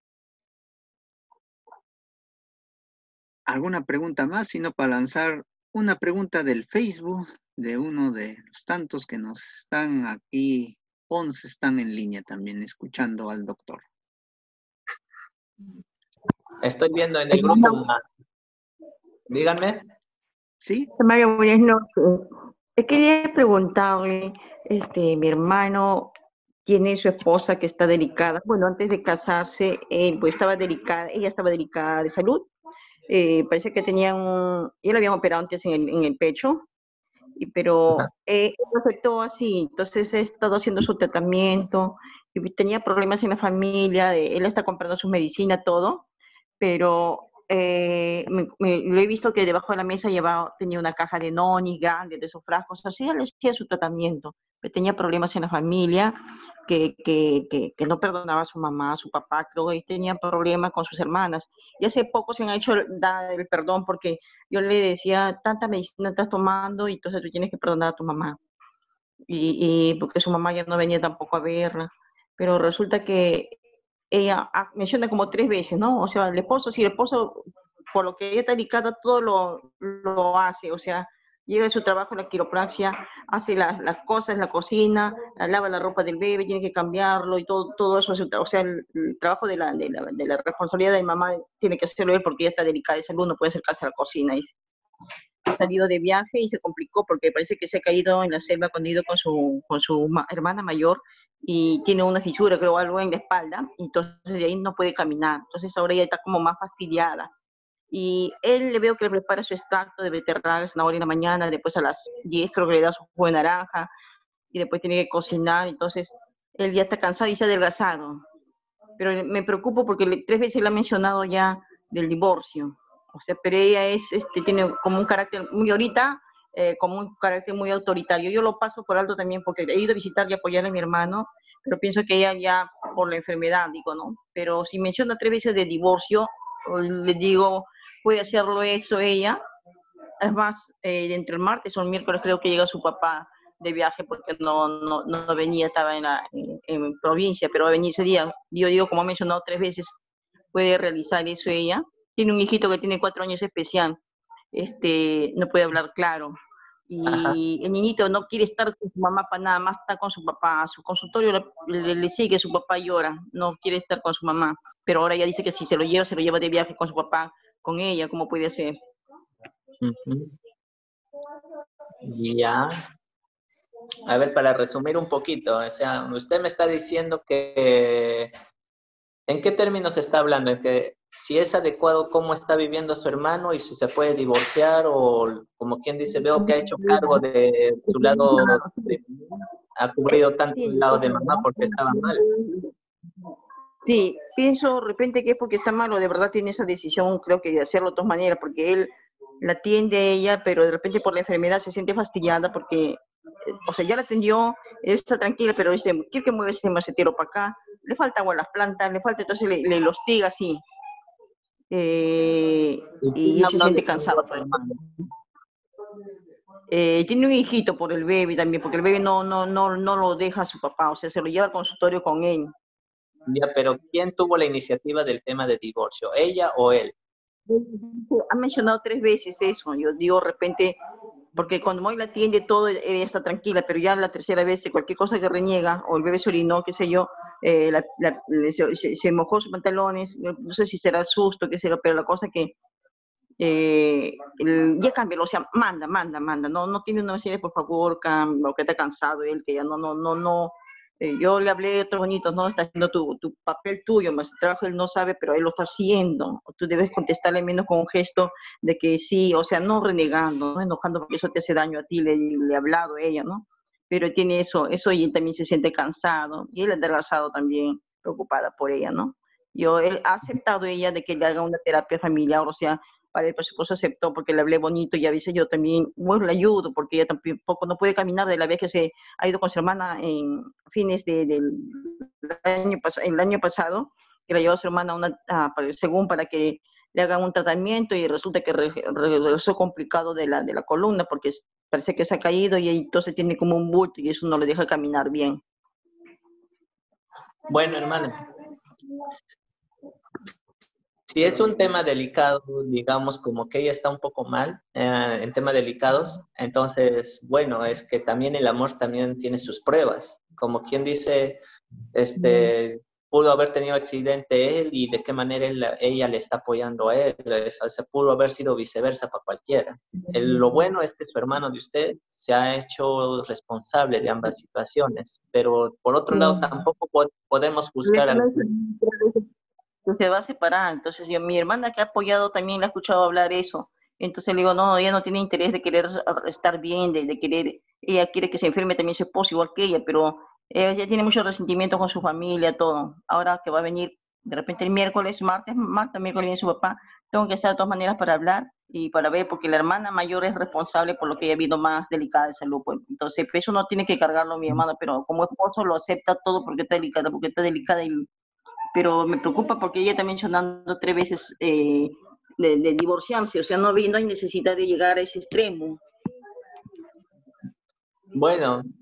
¿Alguna pregunta más? Sino para lanzar una pregunta del Facebook de uno de los tantos que nos están aquí, once están en línea también escuchando al doctor. Estoy viendo en el grupo. Díganme. Sí. Mario, buenas noches. Eh, Quería preguntarle, este, mi hermano tiene su esposa que está delicada. Bueno, antes de casarse, él pues estaba delicada, ella estaba delicada de salud. Eh, parece que tenía un, ya lo habían operado antes en el, en el pecho, y, pero eh, lo afectó así. Entonces he estado haciendo su tratamiento y tenía problemas en la familia. Eh, él está comprando su medicina, todo, pero eh, me, me- lo he visto que debajo de la mesa llevaba, tenía una caja de noni grande, de esos frascos, así él hacía su tratamiento, pero tenía problemas en la familia, que, que, que, que no perdonaba a su mamá, a su papá, creo que tenía problemas con sus hermanas, y hace poco se han hecho dar el perdón porque yo le decía, tanta medicina estás tomando y entonces tú tienes que perdonar a tu mamá. y, y porque su mamá ya no venía tampoco a verla, pero resulta que ella ah, menciona como tres veces, ¿no? O sea, el esposo, si el esposo, por lo que ella está dedicada, todo lo, lo hace, o sea, llega de su trabajo en la quiropraxia, hace las, las cosas en la cocina, lava la ropa del bebé, tiene que cambiarlo y todo, todo eso, o sea, el, el trabajo de la, de, la, de la responsabilidad de mamá tiene que hacerlo él porque ella está delicada de salud, no puede acercarse a la cocina. Y ha salido de viaje y se complicó porque parece que se ha caído en la selva cuando ha ido con su, con su ma hermana mayor y tiene una fisura, creo, algo en la espalda, y entonces de ahí no puede caminar. Entonces ahora ella está como más fastidiada. Y él le veo que le prepara su extracto de beterraga, zanahoria en la mañana, después a las diez creo que le da su jugo de naranja, y después tiene que cocinar, entonces él ya está cansado y se ha adelgazado. Pero me preocupo porque le, tres veces le ha mencionado ya del divorcio. O sea, pero ella es, este, tiene como un carácter muy ahorita, eh, como un carácter muy autoritario. Yo lo paso por alto también porque he ido a visitar y apoyar a mi hermano, pero pienso que ella ya por la enfermedad, digo, ¿no? Pero si menciona tres veces de divorcio, le digo, puede hacerlo eso ella. Es más, eh, entre el martes o el miércoles creo que llega su papá de viaje porque no, no, no venía, estaba en, la, en, en provincia, pero va a venir ese día. Yo digo, como ha mencionado tres veces, puede realizar eso ella. Tiene un hijito que tiene cuatro años especial, este, no puede hablar claro. Y Ajá. el niñito no quiere estar con su mamá para nada más, está con su papá. A su consultorio le, le, le sigue, su papá llora, no quiere estar con su mamá. Pero ahora ya dice que si se lo lleva, se lo lleva de viaje con su papá, con ella, ¿cómo puede ser? Uh-huh. Ya. A ver, para resumir un poquito, o sea, usted me está diciendo que, ¿en qué términos está hablando? ¿En que si es adecuado cómo está viviendo su hermano y si se puede divorciar o, como quien dice, veo que ha hecho cargo de su lado, de, ha cubrido tanto el lado de mamá porque estaba mal? Sí, pienso de repente que es porque está malo, de verdad tiene esa decisión, creo que de hacerlo de todas maneras, porque él la atiende a ella, pero de repente por la enfermedad se siente fastidiada porque, o sea, ya la atendió, está tranquila, pero dice, quiere que mueva ese macetero para acá, le falta agua a las plantas, le falta, entonces le, le hostiga así. Eh, y él se siente cansado. Eh, tiene un hijito por el bebé también, porque el bebé no, no, no, no lo deja a su papá, o sea, se lo lleva al consultorio con él. Ya, pero ¿quién tuvo la iniciativa del tema de divorcio? ¿Ella o él? Ha mencionado tres veces eso, yo digo de repente, porque cuando Moy la atiende todo, ella está tranquila, pero ya la tercera vez, cualquier cosa que reniega, o el bebé se orinó, qué sé yo, eh, la, la, se, se mojó sus pantalones, no sé si será susto, qué será, pero la cosa que eh, el, ya cambia, o sea, manda, manda, manda, no, no tiene una decirle, por favor, cambia, o que está cansado él, que ya no, no, no, no, eh, yo le hablé de otros bonitos, no, está haciendo tu, tu papel tuyo, más el trabajo él no sabe, pero él lo está haciendo, tú debes contestarle menos con un gesto de que sí, o sea, no renegando, no enojando porque eso te hace daño a ti, le, le he hablado a ella, ¿no? Pero tiene eso, eso y él también se siente cansado, y él ha adelgazado también, preocupada por ella, ¿no? Yo, él ha aceptado ella de que le haga una terapia familiar, o sea, para el presupuesto aceptó porque le hablé bonito y a veces yo también, bueno, le ayudo porque ella tampoco no puede caminar de la vez que se ha ido con su hermana en fines de, del año, el año pasado, que la llevó a su hermana a una, a, según para que le hagan un tratamiento y resulta que regresó complicado de la, de la columna porque parece que se ha caído y entonces tiene como un bulto y eso no le deja caminar bien. Bueno, hermano, si es un tema delicado, digamos, como que ella está un poco mal eh, en temas delicados, entonces, bueno, es que también el amor también tiene sus pruebas. Como quien dice, este, pudo haber tenido accidente él y de qué manera él, ella le está apoyando a él. Eso, se pudo haber sido viceversa para cualquiera. El, lo bueno es que su hermano de usted se ha hecho responsable de ambas situaciones, pero por otro lado tampoco po podemos juzgar al... Se va a separar, entonces yo, mi hermana que ha apoyado también la ha escuchado hablar eso, entonces le digo, no, ella no tiene interés de querer estar bien, de, de querer, ella quiere que se enferme también su esposo igual que ella, pero ella tiene mucho resentimiento con su familia, todo, ahora que va a venir de repente el miércoles, martes, martes, miércoles viene su papá, tengo que hacer de todas maneras para hablar y para ver, porque la hermana mayor es responsable por lo que ella ha habido más delicada de salud, pues, entonces eso no tiene que cargarlo mi hermana, pero como esposo lo acepta todo porque está delicada, porque está delicada y pero me preocupa porque ella está mencionando tres veces eh, de, de divorciarse, o sea, no, no hay necesidad de llegar a ese extremo. Bueno,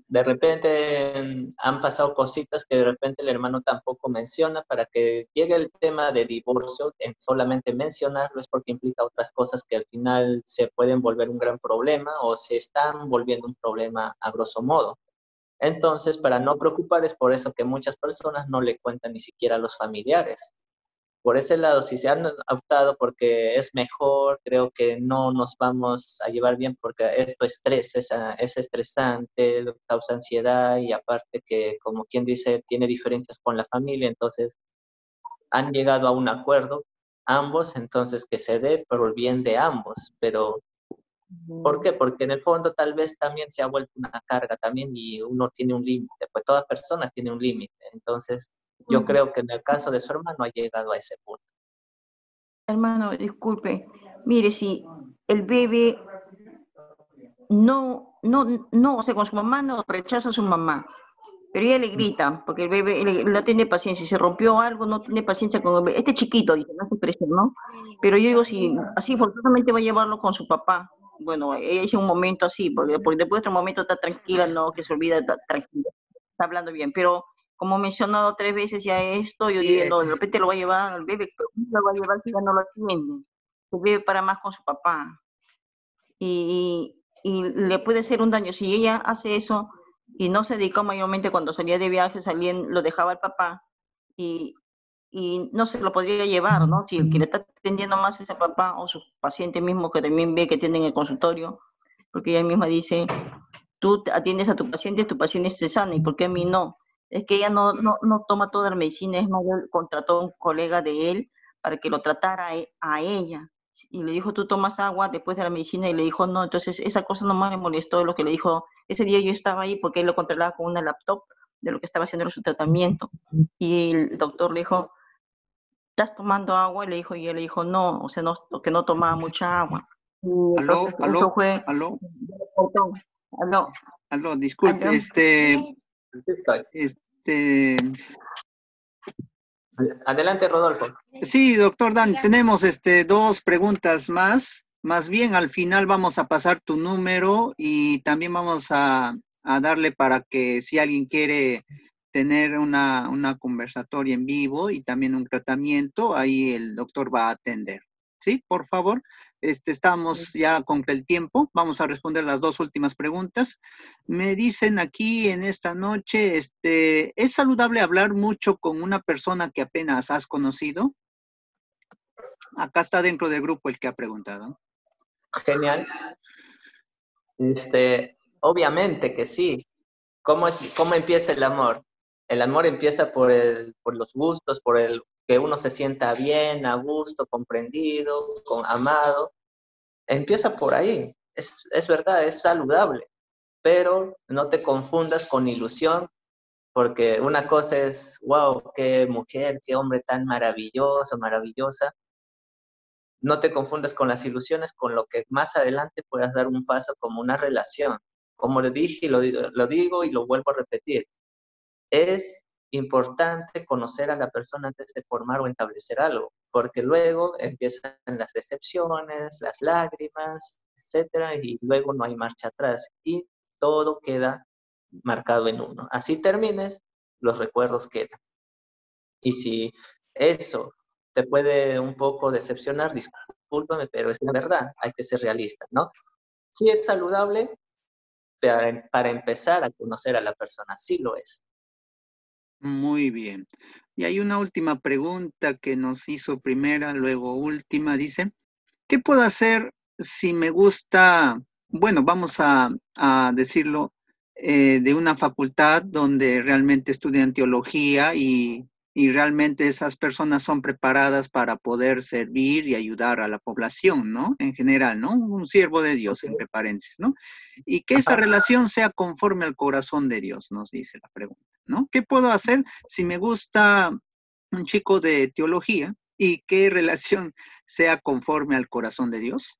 de repente mm, han pasado cositas que de repente el hermano tampoco menciona para que llegue el tema de divorcio, en solamente mencionarlo es porque implica otras cosas que al final se pueden volver un gran problema o se están volviendo un problema a grosso modo. Entonces, para no preocupar, es por eso que muchas personas no le cuentan ni siquiera a los familiares. Por ese lado, si se han optado porque es mejor, creo que no nos vamos a llevar bien porque esto estresa, es, es estresante, causa ansiedad y aparte que, como quien dice, tiene diferencias con la familia, entonces han llegado a un acuerdo ambos, entonces que se dé por el bien de ambos, pero ¿por qué? Porque en el fondo tal vez también se ha vuelto una carga también y uno tiene un límite, pues toda persona tiene un límite. Entonces, yo Ujú. creo que en el caso de su hermano ha llegado a ese punto. Hermano, disculpe. Mire, si el bebé no, no, no, o sea, con su mamá no rechaza a su mamá, pero ella le grita, porque el bebé él no tiene paciencia. Si se rompió algo, no tiene paciencia con el bebé. Este chiquito, dice, no es expresión, ¿no? Pero yo digo, si así forzosamente va a llevarlo con su papá. Bueno, ella dice un momento así, porque, porque después de otro momento está tranquila, no, que se olvida, está tranquila, está hablando bien. Pero como he mencionado tres veces ya esto, yo digo, no, de repente lo va a llevar al bebé, pero lo va a llevar si ya no lo atiende. El bebé para más con su papá. Y, y le puede hacer un daño. Si ella hace eso y no se dedicó mayormente cuando salía de viaje, salían, lo dejaba el papá y, y no se lo podría llevar, ¿no? Si el que le está atendiendo más es el papá o su paciente mismo que también ve que tiene en el consultorio, porque ella misma dice, tú atiendes a tu paciente, tu paciente se sana, ¿y por qué a mí no? Es que ella no, no, no toma toda la medicina, es más, él contrató a un colega de él para que lo tratara a, a ella. Y le dijo, tú tomas agua después de la medicina, y le dijo, no. Entonces esa cosa nomás me molestó de lo que le dijo. Ese día yo estaba ahí porque él lo controlaba con una laptop de lo que estaba haciendo su tratamiento. Y el doctor le dijo, ¿estás tomando agua? Y le dijo, y él le dijo, no, o sea, no, que no tomaba mucha agua. Y Aló, entonces aló, eso fue, aló, aló, aló, disculpe, aló. este, este, Adelante, Rodolfo. sí, doctor Dan, tenemos este dos preguntas más. Más bien al final vamos a pasar tu número y también vamos a, a darle para que si alguien quiere tener una, una conversatoria en vivo y también un tratamiento, ahí el doctor va a atender. Sí, por favor. Este, estamos ya con el tiempo. Vamos a responder las dos últimas preguntas. Me dicen aquí en esta noche, este, ¿es saludable hablar mucho con una persona que apenas has conocido? Acá está dentro del grupo el que ha preguntado. Genial. Este, obviamente que sí. ¿Cómo, cómo empieza el amor? El amor empieza por, el, por los gustos, por el que uno se sienta bien, a gusto, comprendido, con, amado. Empieza por ahí. Es, es verdad, es saludable. Pero no te confundas con ilusión, porque una cosa es, wow, qué mujer, qué hombre tan maravilloso, maravillosa. No te confundas con las ilusiones, con lo que más adelante puedas dar un paso como una relación. Como le dije y lo, lo digo y lo vuelvo a repetir, es importante conocer a la persona antes de formar o establecer algo, porque luego empiezan las decepciones, las lágrimas, etcétera, y luego no hay marcha atrás y todo queda marcado en uno. Así termines, los recuerdos quedan. Y si eso te puede un poco decepcionar, discúlpame, pero es la verdad, hay que ser realista, ¿no? Sí es saludable para, para empezar a conocer a la persona, sí lo es. Muy bien. Y hay una última pregunta que nos hizo primera, luego última. Dice, ¿qué puedo hacer si me gusta, bueno, vamos a, a decirlo, eh, de una facultad donde realmente estudian teología y, y realmente esas personas son preparadas para poder servir y ayudar a la población, ¿no? En general, ¿no? Un siervo de Dios, entre paréntesis, ¿no? Y que esa relación sea conforme al corazón de Dios, nos dice la pregunta, ¿no? ¿Qué puedo hacer si me gusta un chico de teología y qué relación sea conforme al corazón de Dios?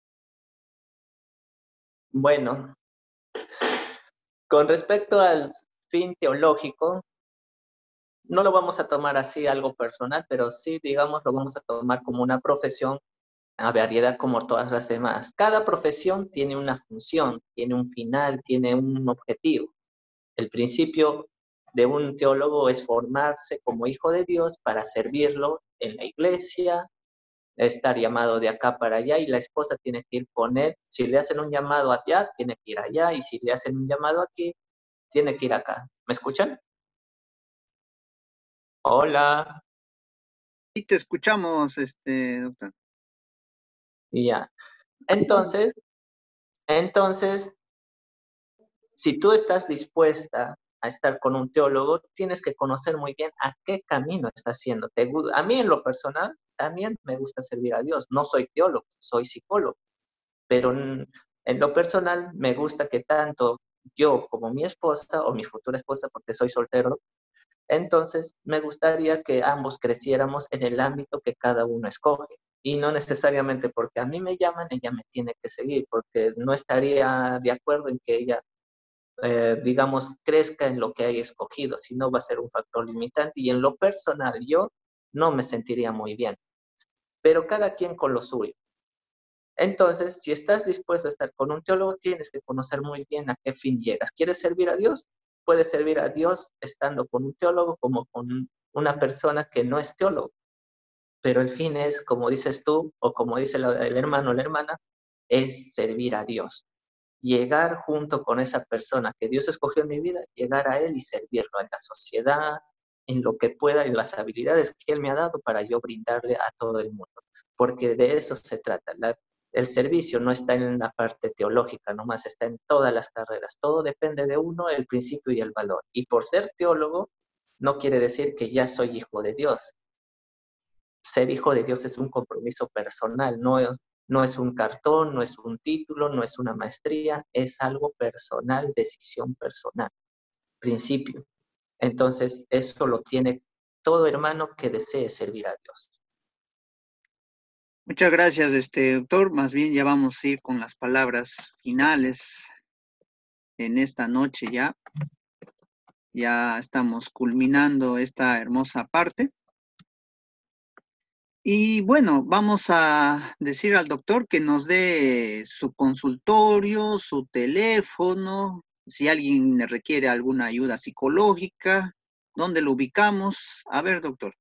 Bueno, con respecto al fin teológico, no lo vamos a tomar así algo personal, pero sí, digamos, lo vamos a tomar como una profesión a variedad como todas las demás. Cada profesión tiene una función, tiene un final, tiene un objetivo. El principio de un teólogo es formarse como hijo de Dios para servirlo en la iglesia, estar llamado de acá para allá, y la esposa tiene que ir con él. Si le hacen un llamado allá, tiene que ir allá, y si le hacen un llamado aquí, tiene que ir acá. ¿Me escuchan? Hola. Sí, te escuchamos, este, doctor. Ya. Entonces, entonces, si tú estás dispuesta a estar con un teólogo, tienes que conocer muy bien a qué camino está haciendo. Te gu- A mí en lo personal también me gusta servir a Dios. No soy teólogo, soy psicólogo, pero en, en lo personal me gusta que tanto yo como mi esposa o mi futura esposa, porque soy soltero, entonces me gustaría que ambos creciéramos en el ámbito que cada uno escoge. Y no necesariamente porque a mí me llaman, ella me tiene que seguir, porque no estaría de acuerdo en que ella eh, digamos, crezca en lo que haya escogido, si no va a ser un factor limitante, y en lo personal yo no me sentiría muy bien, pero cada quien con lo suyo. Entonces, si estás dispuesto a estar con un teólogo, tienes que conocer muy bien a qué fin llegas. ¿Quieres servir a Dios? Puedes servir a Dios estando con un teólogo como con una persona que no es teólogo, pero el fin es, como dices tú, o como dice la- el hermano o la hermana, es servir a Dios. Llegar junto con esa persona que Dios escogió en mi vida, llegar a Él y servirlo en la sociedad, en lo que pueda, en las habilidades que Él me ha dado para yo brindarle a todo el mundo. Porque de eso se trata. La- el servicio no está en la parte teológica, nomás está en todas las carreras. Todo depende de uno, el principio y el valor. Y por ser teólogo, no quiere decir que ya soy hijo de Dios. Ser hijo de Dios es un compromiso personal, no, no es un cartón, no es un título, no es una maestría, es algo personal, decisión personal, principio. Entonces, eso lo tiene todo hermano que desee servir a Dios. Muchas gracias, este, doctor. Más bien ya vamos a ir con las palabras finales en esta noche ya. Ya estamos culminando esta hermosa parte. Y bueno, vamos a decir al doctor que nos dé su consultorio, su teléfono, si alguien le requiere alguna ayuda psicológica, dónde lo ubicamos. A ver, doctor.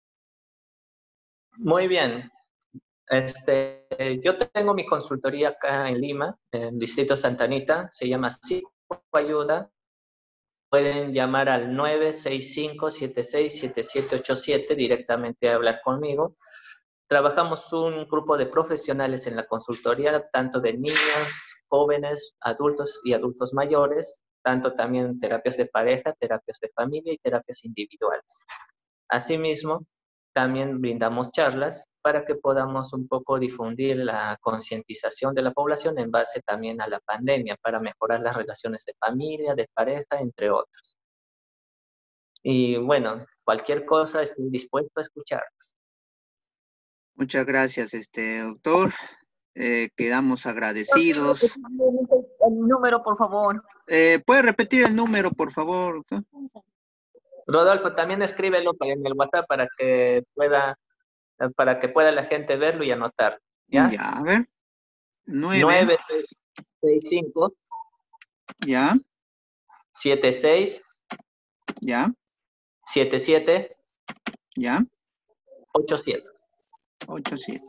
Muy bien. Este, yo tengo mi consultoría acá en Lima, en Distrito Santa Anita, se llama Psicoayuda. Pueden llamar al nueve seis cinco, siete seis siete siete ocho siete directamente a hablar conmigo. Trabajamos un grupo de profesionales en la consultoría, tanto de niños, jóvenes, adultos y adultos mayores, tanto también terapias de pareja, terapias de familia y terapias individuales. Asimismo, también brindamos charlas para que podamos un poco difundir la concientización de la población en base también a la pandemia, para mejorar las relaciones de familia, de pareja, entre otros. Y bueno, cualquier cosa estoy dispuesto a escucharlos. Muchas gracias, este doctor. Eh, quedamos agradecidos. El número, por favor. Eh, ¿Puede repetir el número, por favor, doctor? Rodolfo, también escríbelo en el WhatsApp para que pueda, para que pueda la gente verlo y anotar. ¿Ya? Ya, a ver. Nueve. nueve seis cinco. Ya. siete seis. Ya. siete siete. Ya. ocho siete. ocho siete.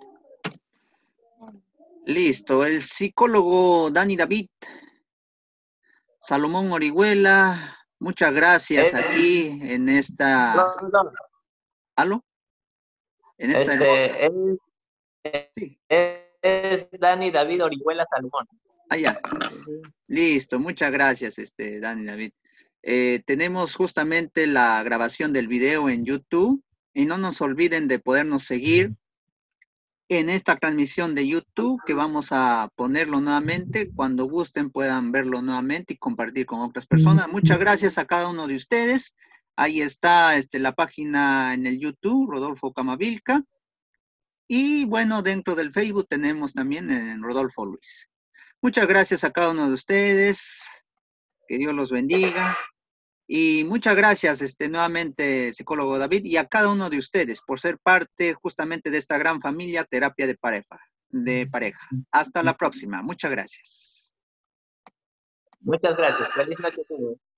Listo. El psicólogo Dani David. Salomón Orihuela. Muchas gracias Eh, aquí en esta... No, no. ¿Aló? En esta Este, hermosa... él, sí. Es Dani David Orihuela Salomón. Ah, ya. Listo. Muchas gracias, este, Dani David. Eh, tenemos justamente la grabación del video en YouTube y no nos olviden de podernos seguir en esta transmisión de YouTube, que vamos a ponerlo nuevamente. Cuando gusten puedan verlo nuevamente y compartir con otras personas. Muchas gracias a cada uno de ustedes. Ahí está este, la página en el YouTube, Rodolfo Camavilca. Y bueno, dentro del Facebook tenemos también en Rodolfo Luis. Muchas gracias a cada uno de ustedes. Que Dios los bendiga. Y muchas gracias este, nuevamente, psicólogo David, y a cada uno de ustedes por ser parte justamente de esta gran familia Terapia de Pareja. De pareja. Hasta la próxima. Muchas gracias. Muchas gracias. Feliz noche a todos.